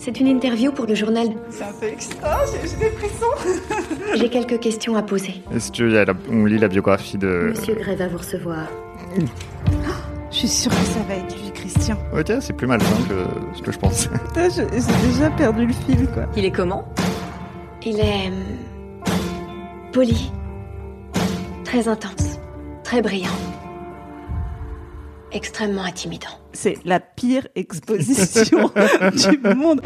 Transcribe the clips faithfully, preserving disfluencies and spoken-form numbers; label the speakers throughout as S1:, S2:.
S1: C'est une interview pour le journal.
S2: C'est un peu extra, j'ai, j'ai des frissons.
S1: J'ai quelques questions à poser.
S3: Est-ce qu'on lit la biographie de...
S1: Monsieur Gray va vous recevoir.
S2: Oh, je suis sûre que ça va être lui, Christian.
S3: Ok, c'est plus malsain que ce que je pensais.
S2: Putain, je, j'ai déjà perdu le fil, quoi.
S4: Il est comment ?
S1: Il est... euh, poli. Très intense. Très brillant. Extrêmement intimidant.
S2: C'est la pire exposition du monde.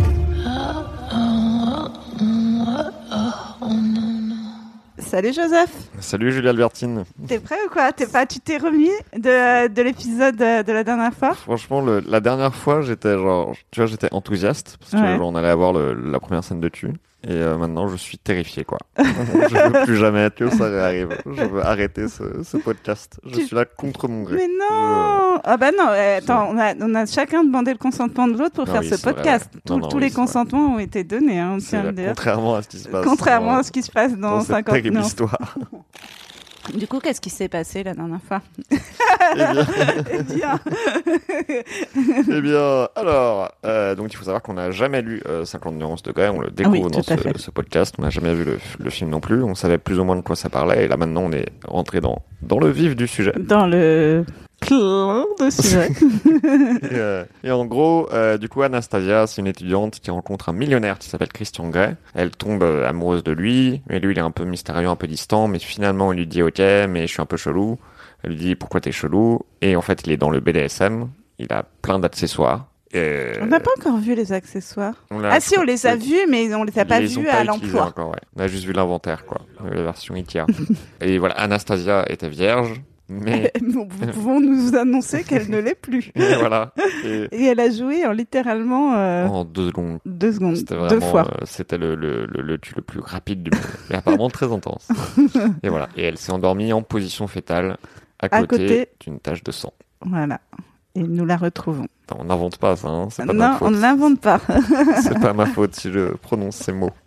S2: Salut Joseph.
S3: Salut Julie Albertine.
S2: T'es prêt ou quoi ? T'es pas, tu t'es remis de, de l'épisode de, de la dernière fois ?
S3: Franchement, le, la dernière fois, j'étais genre, tu vois, j'étais enthousiaste parce que
S2: Ouais.
S3: genre, on allait avoir le, la première scène de tu. Et euh, maintenant, je suis terrifié, quoi. Je veux plus jamais que ça réarrive. Je veux arrêter ce, ce podcast. Je
S2: Tu-
S3: suis là contre mon gré.
S2: Mais non. Ah bah non, eh, attends, on a, on a chacun demandé le consentement de l'autre pour
S3: Non,
S2: faire
S3: oui,
S2: ce
S3: c'est vrai,
S2: podcast.
S3: ouais.
S2: Tous-
S3: Non, non,
S2: tous
S3: oui,
S2: les
S3: c'est vrai.
S2: consentements ont été donnés, hein, on
S3: C'est
S2: tient à
S3: là,
S2: le dire.
S3: contrairement à ce qui se passe.
S2: Contrairement
S3: dans,
S2: à ce qui se passe dans,
S3: dans cette
S2: cinquante
S3: terrible
S2: non.
S3: histoire.
S2: Du coup, qu'est-ce qui s'est passé la dernière fois ?
S3: Eh bien,
S2: Eh bien,
S3: eh bien, alors, euh, donc il faut savoir qu'on n'a jamais lu euh, cinquante nuances de Grey, on le découvre
S2: Oui,
S3: dans
S2: tout à fait.
S3: ce, ce podcast, on n'a jamais vu le, le film non plus, on savait plus ou moins de quoi ça parlait, et là maintenant on est rentré dans, dans le vif du sujet.
S2: dans le plein de sujets.
S3: Et, euh, et en gros, euh, du coup, Anastasia, c'est une étudiante qui rencontre un millionnaire qui s'appelle Christian Grey. Elle tombe euh, amoureuse de lui, mais lui il est un peu mystérieux, un peu distant, mais finalement il lui dit ok, mais je suis un peu chelou. Elle lui dit pourquoi t'es chelou, et en fait il est dans le B D S M, il a plein d'accessoires. Et...
S2: On n'a pas encore vu les accessoires.
S3: On l'a-
S2: Ah si, on les a
S3: Oui.
S2: vus, mais on les a pas
S3: Ils les ont
S2: vus
S3: pas
S2: à
S3: utilisés
S2: l'emploi.
S3: encore, ouais. On a juste vu l'inventaire, quoi. La version Ikea. Et voilà, Anastasia était vierge, mais...
S2: Nous pouvons nous annoncer qu'elle ne l'est plus.
S3: et voilà. Et
S2: Et elle a joué en littéralement euh,
S3: en deux secondes.
S2: deux secondes,
S3: C'était
S2: deux
S3: vraiment,
S2: fois.
S3: euh, c'était le, le, le, le tue le plus rapide du monde. Mais apparemment très intense. Et voilà. Et elle s'est endormie en position fétale, à côté,
S2: À côté.
S3: d'une tache de sang.
S2: Voilà. Et nous la retrouvons.
S3: Enfin, on n'invente pas ça, hein. C'est pas
S2: Non,
S3: ma faute.
S2: on ne l'invente pas.
S3: C'est pas ma faute si je prononce ces mots.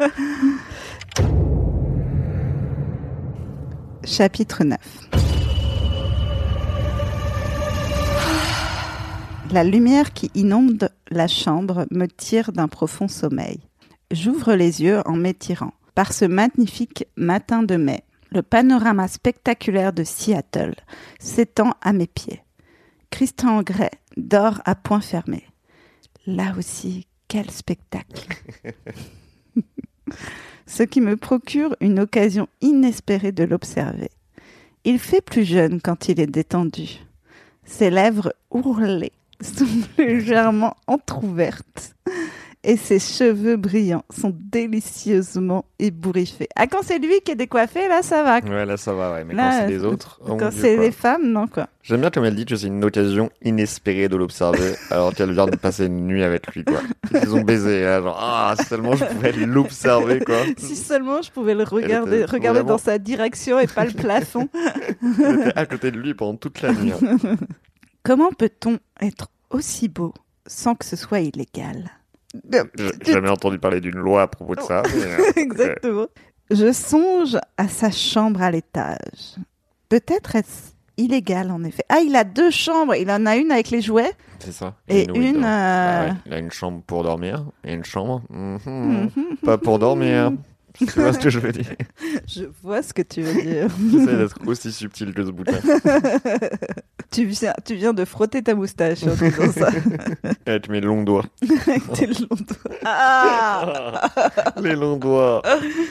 S2: Chapitre neuf. La lumière qui inonde la chambre me tire d'un profond sommeil. J'ouvre les yeux en m'étirant. Par ce magnifique matin de mai, le panorama spectaculaire de Seattle s'étend à mes pieds. Christian Grey dort à point fermé. Là aussi, quel spectacle. Ce qui me procure une occasion inespérée de l'observer. Il fait plus jeune quand il est détendu. Ses lèvres ourlées sont légèrement entr'ouvertes et ses cheveux brillants sont délicieusement ébouriffés. Ah, quand c'est lui qui est décoiffé, là, ça va.
S3: Ouais, là ça va, ouais. Mais
S2: Là,
S3: quand c'est les
S2: euh,
S3: autres... oh mon
S2: Quand
S3: Dieu,
S2: c'est
S3: quoi.
S2: les femmes, non, quoi.
S3: J'aime bien comme elle dit que c'est une occasion inespérée de l'observer, alors qu'elle vient de passer une nuit avec lui, quoi. Ils ont baisé, là, genre, ah, seulement je pouvais l'observer, quoi.
S2: Si seulement je pouvais le regarder,
S3: était
S2: regarder
S3: vraiment-
S2: dans sa direction et pas le plafond.
S3: J'étais à côté de lui pendant toute la nuit. hein.
S2: Comment peut-on être aussi beau sans que ce soit illégal ?
S3: J'ai jamais entendu parler d'une loi à propos de ça. mais, euh,
S2: Exactement. Je songe à sa chambre à l'étage. Peut-être est-ce illégal en effet. Ah, il a deux chambres. Il en a une avec les jouets
S3: C'est ça.
S2: et
S3: où il
S2: une.
S3: dort. Ah
S2: euh,
S3: ouais, il a une chambre pour dormir et une chambre mhm,
S2: mhm.
S3: pas pour dormir. Tu vois ce que je veux dire?
S2: Je vois ce que tu veux dire.
S3: J'essaie d'être aussi subtil que ce boutin.
S2: tu, viens, tu viens de frotter ta moustache en disant ça.
S3: Avec mes longs doigts.
S2: Avec tes longs doigts. Ah
S3: Les longs doigts.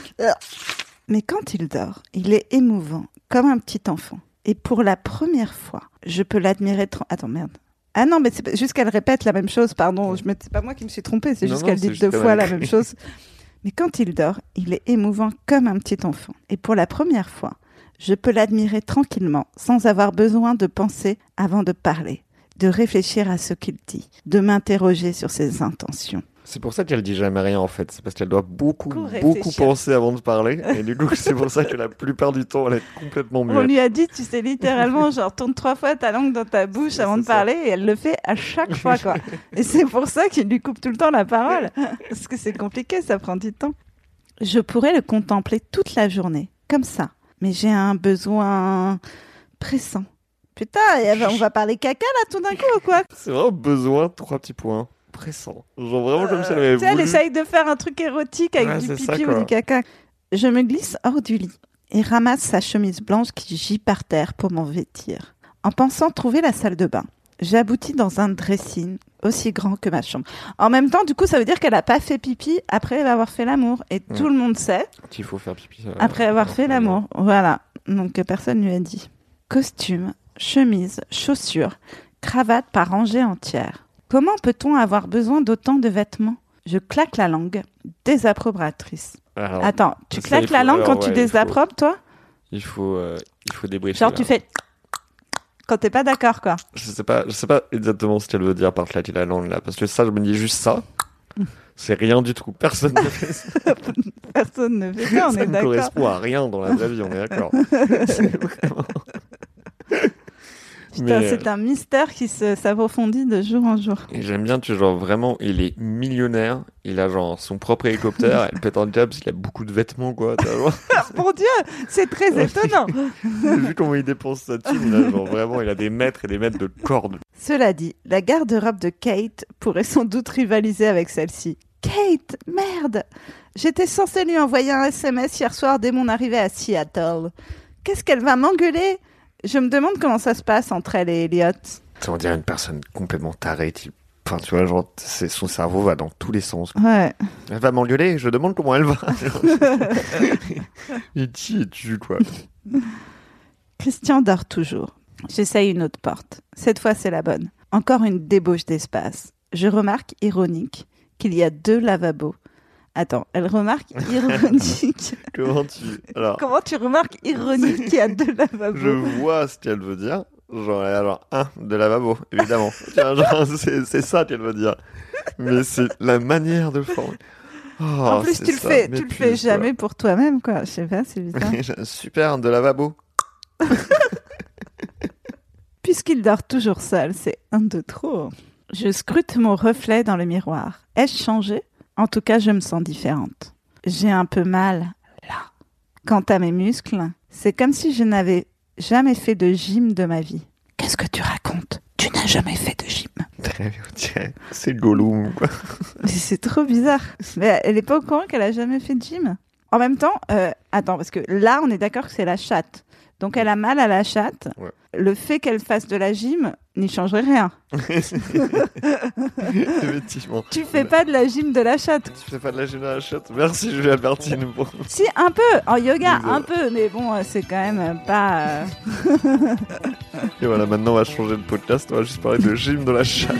S2: Mais quand il dort, il est émouvant, comme un petit enfant. Et pour la première fois, je peux l'admirer... Tra- Attends, merde. Ah non, mais c'est pas- juste qu'elle répète la même chose, pardon. Je me... C'est pas moi qui me suis trompée, c'est
S3: Non,
S2: juste
S3: non,
S2: qu'elle
S3: c'est
S2: dit
S3: juste
S2: deux
S3: qu'elle
S2: fois
S3: a
S2: la
S3: écrit.
S2: même chose. Mais quand il dort, il est émouvant comme un petit enfant. Et pour la première fois, je peux l'admirer tranquillement, sans avoir besoin de penser avant de parler, de réfléchir à ce qu'il dit, de m'interroger sur ses intentions.
S3: C'est pour ça qu'elle dit jamais rien en fait. C'est parce qu'elle doit beaucoup,
S2: Beaucoup
S3: beaucoup
S2: réfléchir.
S3: penser avant de parler. Et du coup, c'est pour ça que la plupart du temps, elle est complètement
S2: On
S3: muette.
S2: lui a dit, tu sais, littéralement, genre, tourne trois fois ta langue dans ta bouche
S3: C'est-
S2: avant
S3: c'est
S2: de
S3: ça.
S2: parler, et elle le fait à chaque fois, quoi. Et c'est pour ça qu'il lui coupe tout le temps la parole. Parce que c'est compliqué, ça prend du temps. Je pourrais le contempler toute la journée, comme ça. Mais j'ai un besoin pressant. Putain, et elle va- on va parler caca, là, tout d'un coup, ou quoi?
S3: C'est vraiment besoin, trois petits points. pressant. Genre vraiment comme si elle avait
S2: Tu sais, elle
S3: voulu.
S2: essaye de faire un truc érotique avec
S3: Ouais,
S2: du
S3: c'est
S2: pipi
S3: ça,
S2: ou
S3: quoi.
S2: du caca. Je me glisse hors du lit et ramasse sa chemise blanche qui gît par terre pour m'en vêtir. En pensant trouver la salle de bain, j'aboutis dans un dressing aussi grand que ma chambre. En même temps, du coup, ça veut dire qu'elle n'a pas fait pipi après avoir fait l'amour. Et
S3: Mm.
S2: tout le monde sait,
S3: Qu'il faut faire pipi. euh,
S2: après avoir fait
S3: l'amour.
S2: l'amour. Voilà. Donc, euh, personne ne lui a dit. Costume, chemise, chaussures, cravate par rangée entière. Comment peut-on avoir besoin d'autant de vêtements ? Je claque la langue, désapprobatrice.
S3: Alors,
S2: Attends, tu
S3: ça,
S2: claques
S3: il faut-
S2: la langue
S3: alors,
S2: quand
S3: ouais,
S2: tu
S3: il faut-
S2: désappropes, toi ?
S3: il faut, euh, il faut débriefer.
S2: Genre,
S3: là.
S2: tu fais... Quand t'es pas d'accord, quoi.
S3: Je sais pas, je sais pas exactement ce qu'elle veut dire par claquer la langue là, parce que ça, je me dis juste ça. C'est rien du tout. Personne ne fait ça.
S2: Personne ne fait ça, on
S3: ça
S2: est
S3: ne
S2: d'accord.
S3: correspond à rien dans la vraie vie, on est d'accord. C'est vraiment.
S2: Putain,
S3: Mais,
S2: c'est un mystère qui se, s'approfondit de jour en jour.
S3: Et j'aime bien que genre vraiment, il est millionnaire, il a genre son propre hélicoptère, elle pète un câble, il a beaucoup de vêtements quoi. T'as genre...
S2: Mon Dieu, c'est très étonnant.
S3: Vu comment il dépense sa thune, il a genre vraiment, il a des mètres et des mètres de cordes.
S2: Cela dit, la garde-robe de Kate pourrait sans doute rivaliser avec celle-ci. Kate, merde! J'étais censée lui envoyer un S M S hier soir dès mon arrivée à Seattle. Qu'est-ce qu'elle va m'engueuler? Je me demande comment ça se passe entre elle et Elliot.
S3: Ça, on dirait une personne complètement tarée, type. Enfin, tu vois, genre, c'est, son cerveau va dans tous les sens.
S2: Ouais.
S3: Elle va m'engueuler, je demande comment elle va. Et qui es-tu, quoi?
S2: Christian dort toujours. J'essaye une autre porte. Cette fois, c'est la bonne. Encore une débauche d'espace. Je remarque, ironique, qu'il y a deux lavabos. Attends, elle remarque ironique.
S3: Comment tu... Alors,
S2: Comment tu remarques ironique qu'il y a deux lavabos?
S3: je vois ce qu'elle veut dire. Genre, elle a genre un de lavabo, évidemment. Tiens, genre, c'est, c'est ça qu'elle veut dire. Mais c'est la manière de former. Oh,
S2: En plus,
S3: c'est
S2: tu le
S3: ça,
S2: fais, tu le
S3: m'épuise,
S2: fais
S3: quoi.
S2: jamais pour toi-même, quoi. Je sais pas, c'est bizarre.
S3: J'ai un super de lavabo.
S2: Puisqu'il dort toujours seul, c'est un de trop. Je scrute mon reflet dans le miroir. Ai-je changé? En tout cas, je me sens différente. J'ai un peu mal, là. Quant à mes muscles, c'est comme si je n'avais jamais fait de gym de ma vie. Qu'est-ce que tu racontes? Tu n'as jamais fait de gym.
S3: Très bien, tiens, c'est Gollum, quoi.
S2: Mais c'est trop bizarre. Mais elle est pas au courant qu'elle a jamais fait de gym. En même temps, euh, attends, parce que là, on est d'accord que c'est la chatte. Donc, elle a mal à la chatte.
S3: Ouais.
S2: Le fait qu'elle fasse de la gym n'y changerait rien.
S3: Effectivement.
S2: Tu fais pas de la gym de la chatte.
S3: Tu fais pas de la gym à la chatte? Merci, Julia Bertine. Bon.
S2: Si, un peu. En yoga,
S3: Désolé.
S2: un peu. Mais bon, euh, c'est quand même euh, pas... euh,
S3: Et voilà, maintenant, on va changer de podcast. On va juste parler de gym de la chatte.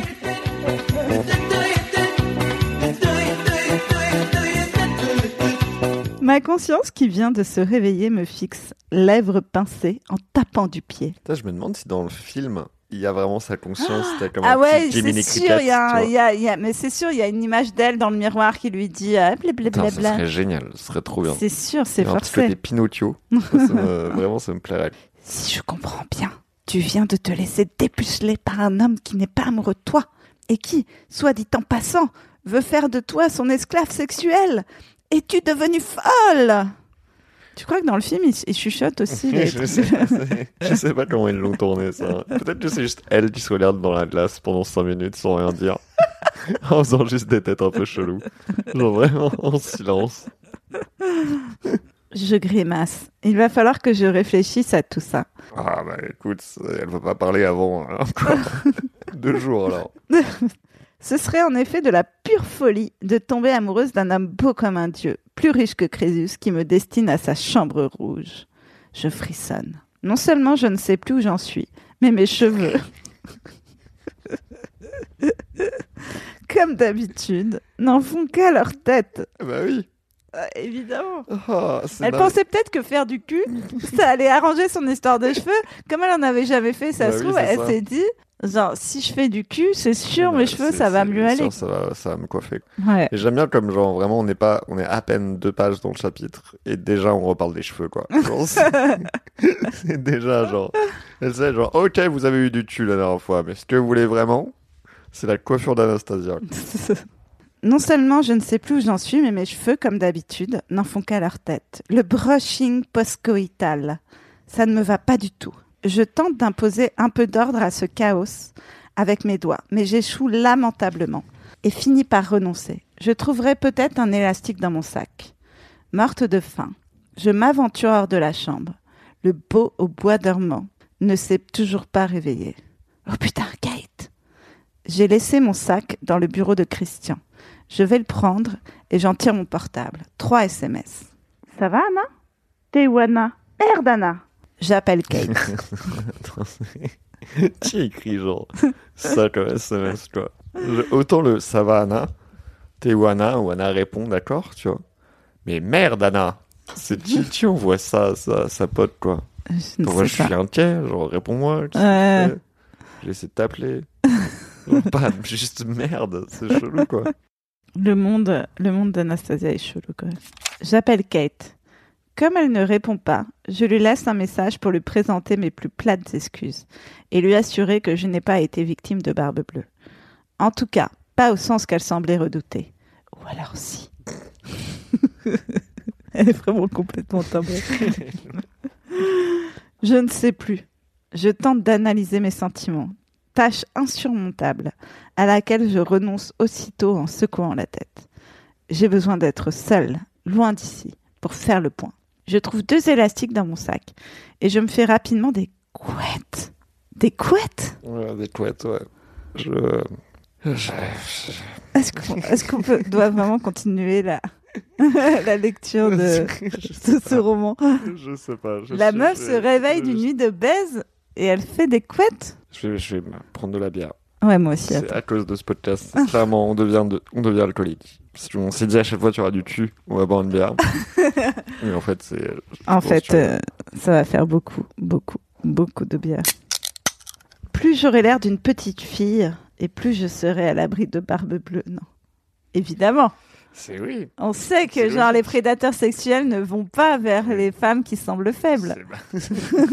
S2: Ma conscience qui vient de se réveiller me fixe, lèvres pincées, en tapant du pied.
S3: Putain, je me demande si dans le film, il y a vraiment sa conscience. t'as comme
S2: Ah
S3: un
S2: ouais,
S3: petit Jiminy
S2: c'est sûr, il y a, un-
S3: Cricket, tu
S2: il y a, il y a- mais c'est sûr, il y a une image d'elle dans le miroir qui lui dit euh,
S3: vois. Putain, ça
S2: blablabla.
S3: serait génial, ce serait trop bien.
S2: C'est sûr, c'est
S3: Il y a un petit côté
S2: forcé.
S3: Pinocchio. Ça, ça me- vraiment, ça me plairait.
S2: Si je comprends bien, tu viens de te laisser dépuceler par un homme qui n'est pas amoureux de toi et qui, soit dit en passant, veut faire de toi son esclave sexuel. Es-tu devenue folle? Tu crois que dans le film, il, il chuchote aussi les
S3: je, sais, c'est- je sais pas comment ils l'ont tourné, ça. Peut-être que c'est juste elle qui se regarde dans la glace pendant cinq minutes sans rien dire. En faisant juste des têtes un peu cheloues. Genre vraiment en silence.
S2: Je grimace. Il va falloir que je réfléchisse à tout ça.
S3: Ah bah écoute, elle va pas parler avant hein, encore deux jours alors.
S2: Ce serait en effet de la pure folie de tomber amoureuse d'un homme beau comme un dieu, plus riche que Crésus, qui me destine à sa chambre rouge. Je frissonne. Non seulement je ne sais plus où j'en suis, mais mes cheveux, comme d'habitude, n'en font qu'à leur tête.
S3: Bah oui.
S2: Euh, évidemment.
S3: Ah, c'est
S2: Elle
S3: ma-
S2: pensait peut-être que faire du cul, ça allait arranger son histoire de cheveux. Comme elle en avait jamais fait, ça
S3: Bah
S2: se
S3: oui,
S2: trouve,
S3: c'est
S2: elle
S3: ça.
S2: s'est dit, genre, si je fais du cul, c'est sûr,
S3: Bah,
S2: mes cheveux,
S3: c'est-
S2: ça va
S3: c'est
S2: mieux
S3: sûr,
S2: aller.
S3: Ça va, ça va me coiffer.
S2: Ouais.
S3: Et j'aime bien comme genre vraiment on n'est pas, on est à peine deux pages dans le chapitre et déjà on reparle des cheveux quoi. Genre, c'est... c'est déjà genre, elle sait genre ok vous avez eu du cul la dernière fois mais ce que vous voulez vraiment c'est la coiffure d'Anastasia.
S2: Non seulement je ne sais plus où j'en suis, mais mes cheveux, comme d'habitude, n'en font qu'à leur tête. Le brushing post-coïtal, ça ne me va pas du tout. Je tente d'imposer un peu d'ordre à ce chaos avec mes doigts, mais j'échoue lamentablement. et finis par renoncer. Je trouverai peut-être un élastique dans mon sac. Morte de faim, je m'aventure hors de la chambre. Le beau au bois dormant ne s'est toujours pas réveillé. Oh putain, Kate! J'ai laissé mon sac dans le bureau de Christian. Je vais le prendre et j'en tire mon portable. Trois S M S. Ça va, Anna? T'es où, Anna? Merde, Anna! J'appelle Kate.
S3: Tu écris genre ça comme S M S, tu vois. Je- autant le ça va, Anna? T'es où, Anna? Ou Anna répond, d'accord, tu vois. Mais merde, Anna! C'est qui tu envoies ça, ça, sa pote, quoi.
S2: Je ne
S3: Moi, je
S2: sais
S3: suis
S2: pas.
S3: inquiet, genre, réponds-moi. qu'est-ce que
S2: Ouais.
S3: tu fais J'ai essayé de t'appeler. Genre, pas juste merde, c'est chelou, quoi.
S2: Le monde, le monde d'Anastasia est chelou quand même. J'appelle Kate. Comme elle ne répond pas, je lui laisse un message pour lui présenter mes plus plates excuses et lui assurer que je n'ai pas été victime de Barbe Bleue. En tout cas, pas au sens qu'elle semblait redouter. Ou alors si. Elle est vraiment complètement timbrée. Je ne sais plus. Je tente d'analyser mes sentiments. Tâche insurmontable à laquelle je renonce aussitôt en secouant la tête. J'ai besoin d'être seule, loin d'ici, pour faire le point. Je trouve deux élastiques dans mon sac et je me fais rapidement des couettes. Des couettes?
S3: Ouais, des couettes, ouais. Je... je... je-
S2: Est-ce qu'on, est-ce qu'on peut, doit vraiment continuer la, la lecture de,
S3: Je sais
S2: de ce
S3: pas.
S2: roman?
S3: Je sais pas. je
S2: La
S3: sais-
S2: meuf
S3: je-
S2: se réveille
S3: je-
S2: d'une nuit de baise et elle fait des couettes?
S3: Je vais, je vais prendre de la bière.
S2: Ouais, moi aussi.
S3: C'est à cause de ce podcast. Clairement, on devient, de... on devient alcoolique. Parce qu'on s'est dit à chaque fois, tu auras du cul, on va boire une bière. Mais en fait, c'est...
S2: En
S3: pense
S2: fait,
S3: que-
S2: euh, ça va faire beaucoup, beaucoup, beaucoup de bière. Plus j'aurai l'air d'une petite fille, et plus je serai à l'abri de Barbe Bleue. Non. Évidemment.
S3: C'est oui.
S2: On sait que,
S3: C'est
S2: genre,
S3: logique.
S2: les prédateurs sexuels ne vont pas vers les femmes qui semblent faibles.
S3: C'est...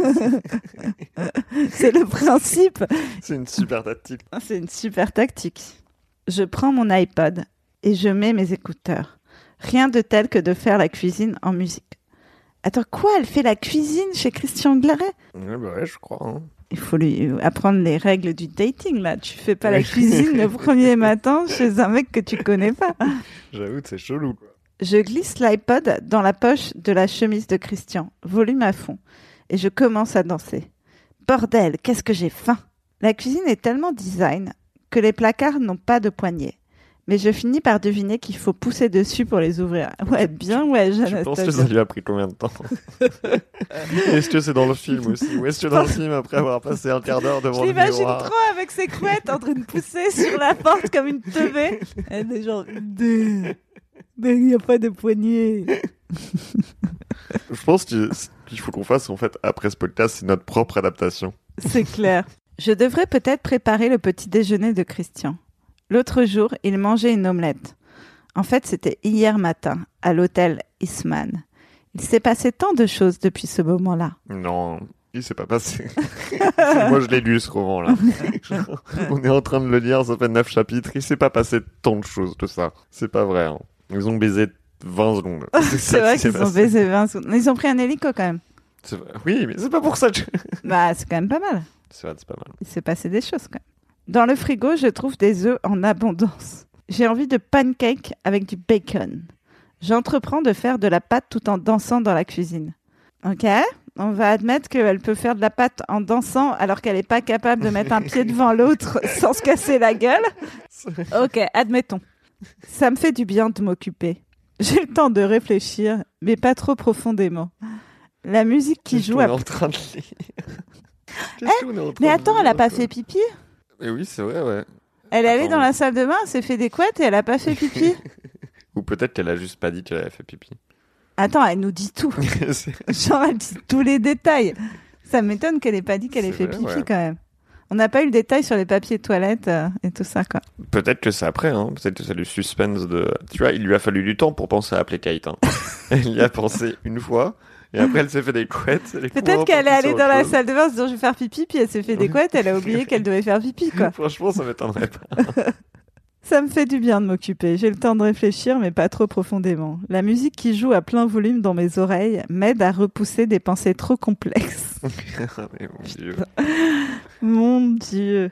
S2: C'est le principe.
S3: c'est une super tactique.
S2: C'est une super tactique. Je prends mon iPod et je mets mes écouteurs. Rien de tel que de faire la cuisine en musique. Attends, quoi? Elle fait la cuisine chez Christian Claret?
S3: Ouais, bah ouais, je crois. Hein.
S2: Il faut lui apprendre les règles du dating, là. Tu fais pas la
S3: Oui.
S2: cuisine le premier matin chez un mec que tu connais pas.
S3: J'avoue que c'est chelou, quoi.
S2: Je glisse l'iPod dans la poche de la chemise de Christian, volume à fond, et je commence à danser. Bordel, qu'est-ce que j'ai faim! La cuisine est tellement design que les placards n'ont pas de poignée. Mais je finis par deviner qu'il faut pousser dessus pour les ouvrir. Ouais, bien, ouais,
S3: Tu penses que ça
S2: Anastasia.
S3: lui a pris combien de temps? Est-ce que c'est dans le film aussi? Ou est-ce que dans le film, après avoir passé un quart d'heure devant
S2: Je
S3: le
S2: l'imagine
S3: miroir...
S2: trop avec ses couettes en train de pousser sur la porte comme une teubée. Elle est genre... Mais il n'y a pas de poignée.
S3: Je pense que ce qu'il faut qu'on fasse, en fait, après ce podcast, c'est notre propre adaptation.
S2: C'est clair. Je devrais peut-être préparer le petit déjeuner de Christian. L'autre jour, il mangeait une omelette. En fait, c'était hier matin, à l'hôtel Eastman. Il s'est passé tant de choses depuis ce moment-là.
S3: Non, il s'est pas passé. Moi, je l'ai lu, ce roman-là. On est en train de le lire, ça fait neuf chapitres. Il s'est pas passé tant de choses de ça. C'est pas vrai. Hein. Ils ont baisé vingt secondes. C'est,
S2: C'est
S3: ça
S2: vrai
S3: qui s'est
S2: qu'ils ont
S3: passé.
S2: baisé vingt secondes. Ils ont pris un hélico quand même.
S3: C'est vrai. Oui, mais c'est pas pour ça que...
S2: Bah, c'est quand même pas mal.
S3: C'est vrai, c'est pas mal.
S2: Il s'est passé des choses quand même. Dans le frigo, je trouve des œufs en abondance. J'ai envie de pancakes avec du bacon. J'entreprends de faire de la pâte tout en dansant dans la cuisine. Ok, on va admettre qu'elle peut faire de la pâte en dansant alors qu'elle n'est pas capable de mettre un pied devant l'autre sans se casser la gueule. Ok, admettons. Ça me fait du bien de m'occuper. J'ai le temps de réfléchir, mais pas trop profondément. La musique qui
S3: Qu'est-ce
S2: joue...
S3: qu'on
S2: à-
S3: est en train de lire Qu'est-ce qu'on est en train
S2: Mais
S3: de
S2: attends, elle a
S3: lire,
S2: pas
S3: quoi
S2: fait pipi?
S3: Mais oui, c'est vrai, ouais.
S2: Elle est allée
S3: Attends.
S2: dans la salle de bain, elle s'est fait des couettes et elle a pas fait pipi.
S3: Ou peut-être qu'elle a juste pas dit qu'elle avait fait pipi.
S2: Attends, elle nous dit tout.
S3: C'est-
S2: Genre, elle dit tous les détails. Ça m'étonne qu'elle ait pas dit qu'elle ait
S3: C'est
S2: fait
S3: vrai,
S2: pipi
S3: ouais.
S2: quand même. On n'a pas eu le détail sur les papiers de toilette euh, et tout ça, quoi.
S3: Peut-être que c'est après, hein. Peut-être que c'est le suspense de... Tu vois, il lui a fallu du temps pour penser à appeler Kate. Hein. Elle y a pensé une fois, et après elle s'est fait des couettes. elle est
S2: Peut-être
S3: complètement
S2: qu'elle est
S3: partie
S2: allée
S3: sur
S2: dans
S3: autre
S2: la
S3: chose.
S2: salle de bain en se disant je vais faire pipi, puis elle s'est fait des couettes, elle a oublié qu'elle devait faire pipi, quoi.
S3: Franchement, ça m'étonnerait pas.
S2: Ça me fait du bien de m'occuper. J'ai le temps de réfléchir, mais pas trop profondément. La musique qui joue à plein volume dans mes oreilles m'aide à repousser des pensées trop complexes.
S3: Mais mon Dieu.
S2: Mon Dieu.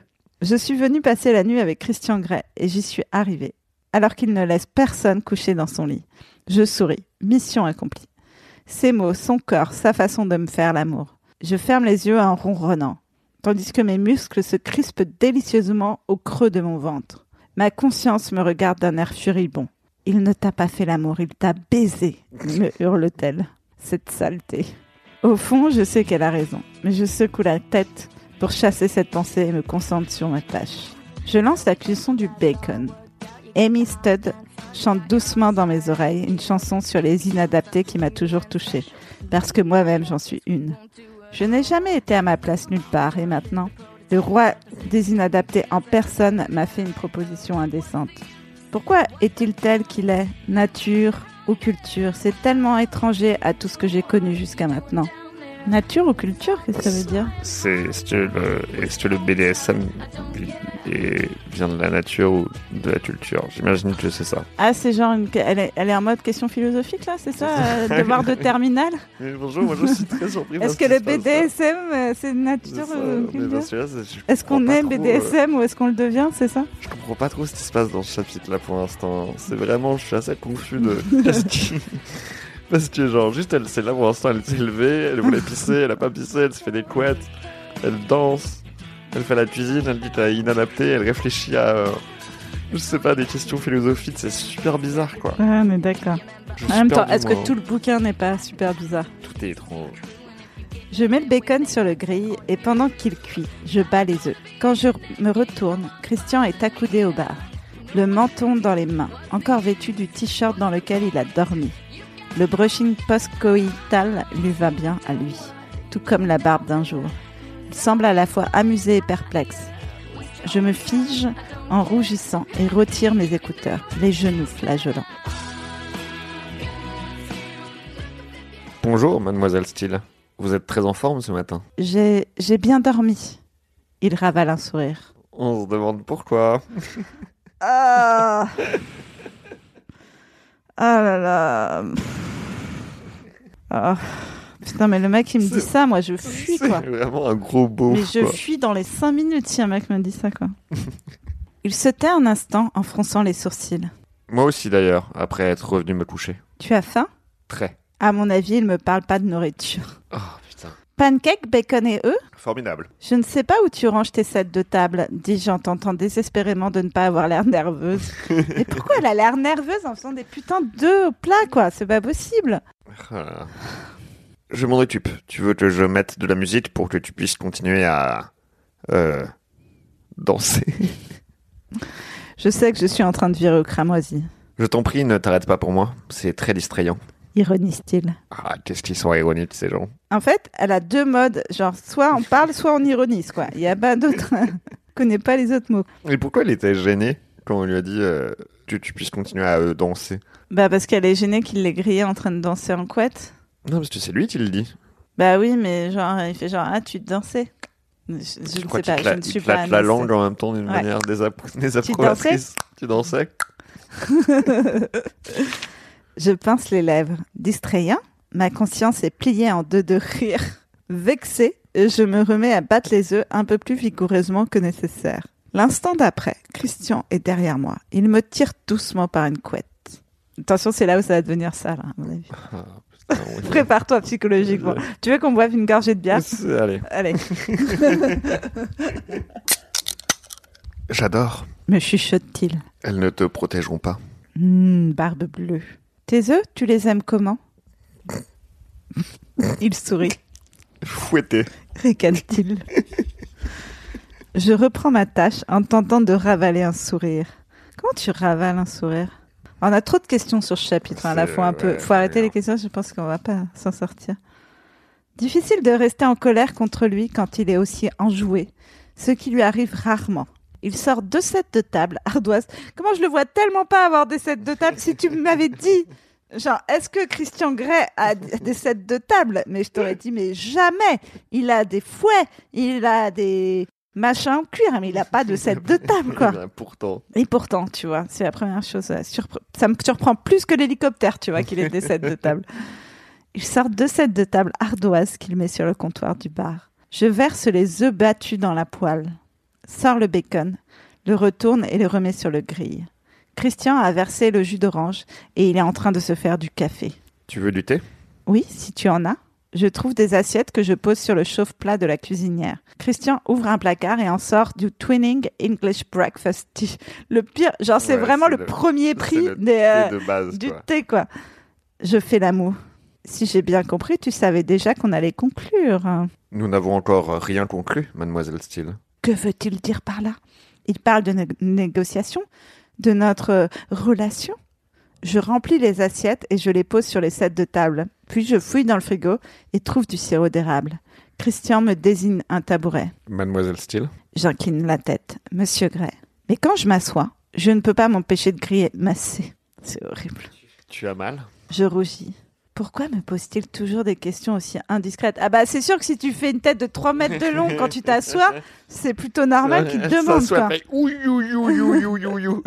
S2: Je suis venue passer la nuit avec Christian Grey et j'y suis arrivée, alors qu'il ne laisse personne coucher dans son lit. Je souris. Mission accomplie. Ses mots, son corps, sa façon de me faire l'amour. Je ferme les yeux en ronronnant, tandis que mes muscles se crispent délicieusement au creux de mon ventre. Ma conscience me regarde d'un air furibond. « Il ne t'a pas fait l'amour, il t'a baisé !» me hurle-t-elle. Cette saleté. Au fond, je sais qu'elle a raison, mais je secoue la tête pour chasser cette pensée et me concentre sur ma tâche. Je lance la cuisson du bacon. Amy Studd chante doucement dans mes oreilles une chanson sur les inadaptés qui m'a toujours touchée, parce que moi-même j'en suis une. Je n'ai jamais été à ma place nulle part, et maintenant, le roi des inadaptés en personne m'a fait une proposition indécente. Pourquoi est-il tel qu'il est, nature ou culture ? C'est tellement étranger à tout ce que j'ai connu jusqu'à maintenant. Nature ou culture, qu'est-ce que ça veut dire ?
S3: C'est, est-ce que le, est-ce que le B D S M est- vient de la nature ou de la culture ? J'imagine que c'est ça.
S2: Ah, c'est genre, une... elle, est... elle est en mode question philosophique, là, c'est ça euh, Devoir de terminale ?
S3: Mais bonjour, moi je suis très surpris.
S2: Est-ce que le B D S M, euh, c'est nature ou culture ? Est-ce qu'on est B D S M ou est-ce qu'on le devient, c'est ça ?
S3: Je comprends pas trop ce qui se passe dans ce chapitre-là pour l'instant. C'est vraiment, je suis assez confus de... Parce que, parce que genre, juste, elle, c'est là pour l'instant, elle s'est levée, elle voulait pisser, elle a pas pissé, elle se fait des couettes, elle danse, elle fait la cuisine, elle dit qu'elle est inadaptée, elle réfléchit à... euh, je sais pas, des questions philosophiques, c'est super bizarre, quoi.
S2: Ah, mais d'accord.
S3: Je
S2: En
S3: suis
S2: même temps,
S3: perdu,
S2: est-ce que
S3: moi.
S2: tout le bouquin n'est pas super bizarre ?
S3: Tout est étrange.
S2: Je mets le bacon sur le grill et pendant qu'il cuit, je bats les œufs. Quand je me retourne, Christian est accoudé au bar, le menton dans les mains, encore vêtu du t-shirt dans lequel il a dormi. Le brushing post-coïtal lui va bien à lui, tout comme la barbe d'un jour. Il semble à la fois amusé et perplexe. Je me fige en rougissant et retire mes écouteurs, les genoux flageolants.
S3: Bonjour, mademoiselle Steele. Vous êtes très en forme ce matin.
S2: J'ai, j'ai bien dormi. Il ravale un sourire.
S3: On se demande pourquoi.
S2: Ah Ah là là Ah. Putain, mais le mec, il me dit
S3: C'est-
S2: ça, moi, je fuis,
S3: C'est
S2: quoi.
S3: vraiment un gros beau.
S2: Mais je fuis dans les cinq minutes si un mec me dit ça, quoi. Il se tait un instant en fronçant les sourcils.
S3: Moi aussi d'ailleurs, après être revenu me coucher.
S2: Tu as faim ?
S3: Très.
S2: À mon avis, il me parle pas de nourriture.
S3: Oh putain.
S2: Pancake, bacon et œufs ?
S3: Formidable.
S2: Je ne sais pas où tu ranges tes sets de table, dis-je en tentant désespérément de ne pas avoir l'air nerveuse. Mais pourquoi elle a l'air nerveuse en faisant des putains d'œufs au plat, quoi ? C'est pas possible.
S3: Ah. Je m'en occupe. Tu veux que je mette de la musique pour que tu puisses continuer à... Euh... danser.
S2: Je sais que je suis en train de virer au cramoisi.
S3: Je t'en prie, ne t'arrête pas pour moi. C'est très distrayant.
S2: Ironise-t-il.
S3: Ah, qu'est-ce qu'ils sont ironiques ces gens.
S2: En fait, elle a deux modes, genre soit on parle, soit on ironise, quoi. Il y a pas d'autres... Je connais pas les autres mots.
S3: Et pourquoi elle était gênée quand on lui a dit euh, que tu puisses continuer à euh, danser ?
S2: Bah parce qu'elle est gênée qu'il l'ait grillé en train de danser en couette.
S3: Non, parce que c'est lui qui le dit.
S2: Bah oui, mais genre, il fait genre, ah, tu dansais. Je, je
S3: Je
S2: ne sais
S3: crois
S2: pas,
S3: qu'il
S2: je
S3: te
S2: ne suis
S3: il te
S2: pas...
S3: lâche la
S2: Miss-
S3: langue en même temps d'une
S2: Ouais.
S3: manière désapp- désapprobatrice. Tu dansais ?
S2: Je pince les lèvres. Distrayant, ma conscience est pliée en deux de rire. Vexée, je me remets à battre les œufs un peu plus vigoureusement que nécessaire. L'instant d'après, Christian est derrière moi. Il me tire doucement par une couette. Attention, c'est là où ça va devenir ça, là, à mon avis.
S3: Ah, putain, oui.
S2: Prépare-toi psychologiquement. Tu veux qu'on boive une gorgée de bière ?
S3: C'est- Allez.
S2: Allez.
S3: J'adore.
S2: Me chuchote-t-il.
S3: Elles ne te protégeront pas.
S2: Hum, barbe bleue. Tes œufs, tu les aimes comment ? Il sourit.
S3: Fouetté.
S2: Ricane-t-il. Je reprends ma tâche en tentant de ravaler un sourire. Comment tu ravales un sourire ? On a trop de questions sur ce chapitre. Hein. Là,
S3: C'est-
S2: faut un peu,
S3: ouais,
S2: faut arrêter
S3: ouais.
S2: les questions. Je pense qu'on va pas s'en sortir. Difficile de rester en colère contre lui quand il est aussi enjoué, ce qui lui arrive rarement. Il sort deux sets de table ardoise. Comment je le vois tellement pas avoir des sets de table si tu m'avais dit, genre, est-ce que Christian Grey a d- des sets de table ? Mais je t'aurais dit, mais jamais. Il a des fouets, il a des machins en cuir, mais il a pas de set de table, quoi.
S3: Eh bien, pourtant.
S2: Et pourtant, tu vois, c'est la première chose. Ça, surpre- ça me surprend plus que l'hélicoptère, tu vois, qu'il ait des sets de table. Il sort deux sets de table ardoises qu'il met sur le comptoir du bar. Je verse les œufs battus dans la poêle. sort le bacon, le retourne et le remet sur le grill. Christian a versé le jus d'orange et il est en train de se faire du café.
S3: Tu veux du thé ?
S2: Oui, si tu en as. Je trouve des assiettes que je pose sur le chauffe-plat de la cuisinière. Christian ouvre un placard et en sort du Twinning English Breakfast Tea. Le pire, genre c'est
S3: Ouais,
S2: vraiment
S3: c'est
S2: le,
S3: le-
S2: premier prix
S3: C'est le
S2: des, euh,
S3: thé de base,
S2: du
S3: quoi.
S2: thé, quoi. Je fais l'amour. Si j'ai bien compris, tu savais déjà qu'on allait conclure.
S3: Nous n'avons encore rien conclu, mademoiselle Steele.
S2: Que veut-il dire par là ? Il parle de né- négociation, de notre euh, relation. Je remplis les assiettes et je les pose sur les sets de table. Puis je fouille dans le frigo et trouve du sirop d'érable. Christian me désigne un tabouret.
S3: Mademoiselle Steele ?
S2: J'incline la tête. Monsieur Gray. Mais quand je m'assois, je ne peux pas m'empêcher de crier « masser ». C'est horrible.
S3: Tu as mal ?
S2: Je rougis. Pourquoi me pose-t-il toujours des questions aussi indiscrètes ? Ah bah c'est sûr que si tu fais une tête de trois mètres de long quand tu t'assois, c'est plutôt normal qu'il te demande,
S3: Ça soit
S2: quoi.
S3: fait ouï, ouï, ouï, ouï, ouï, ouï, ouï.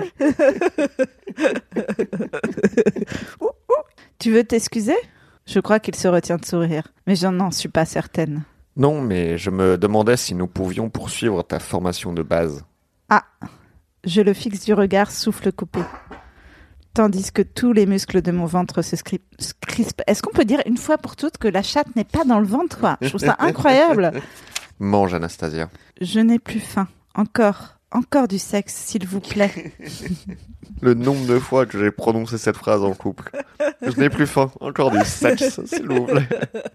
S2: Ouh, ouh. Tu veux t'excuser ? Je crois qu'il se retient de sourire, mais je n'en suis pas certaine.
S3: Non, mais je me demandais si nous pouvions poursuivre ta formation de base.
S2: Ah, je le fixe du regard, souffle coupé. Tandis que tous les muscles de mon ventre se scri- se crispent. Est-ce qu'on peut dire une fois pour toutes que la chatte n'est pas dans le ventre, quoi ? Je trouve ça incroyable.
S3: Mange, Anastasia.
S2: Je n'ai plus faim. Encore, encore du sexe, s'il vous plaît.
S3: Le nombre de fois que j'ai prononcé cette phrase en couple. Je n'ai plus faim. Encore du sexe, s'il vous plaît.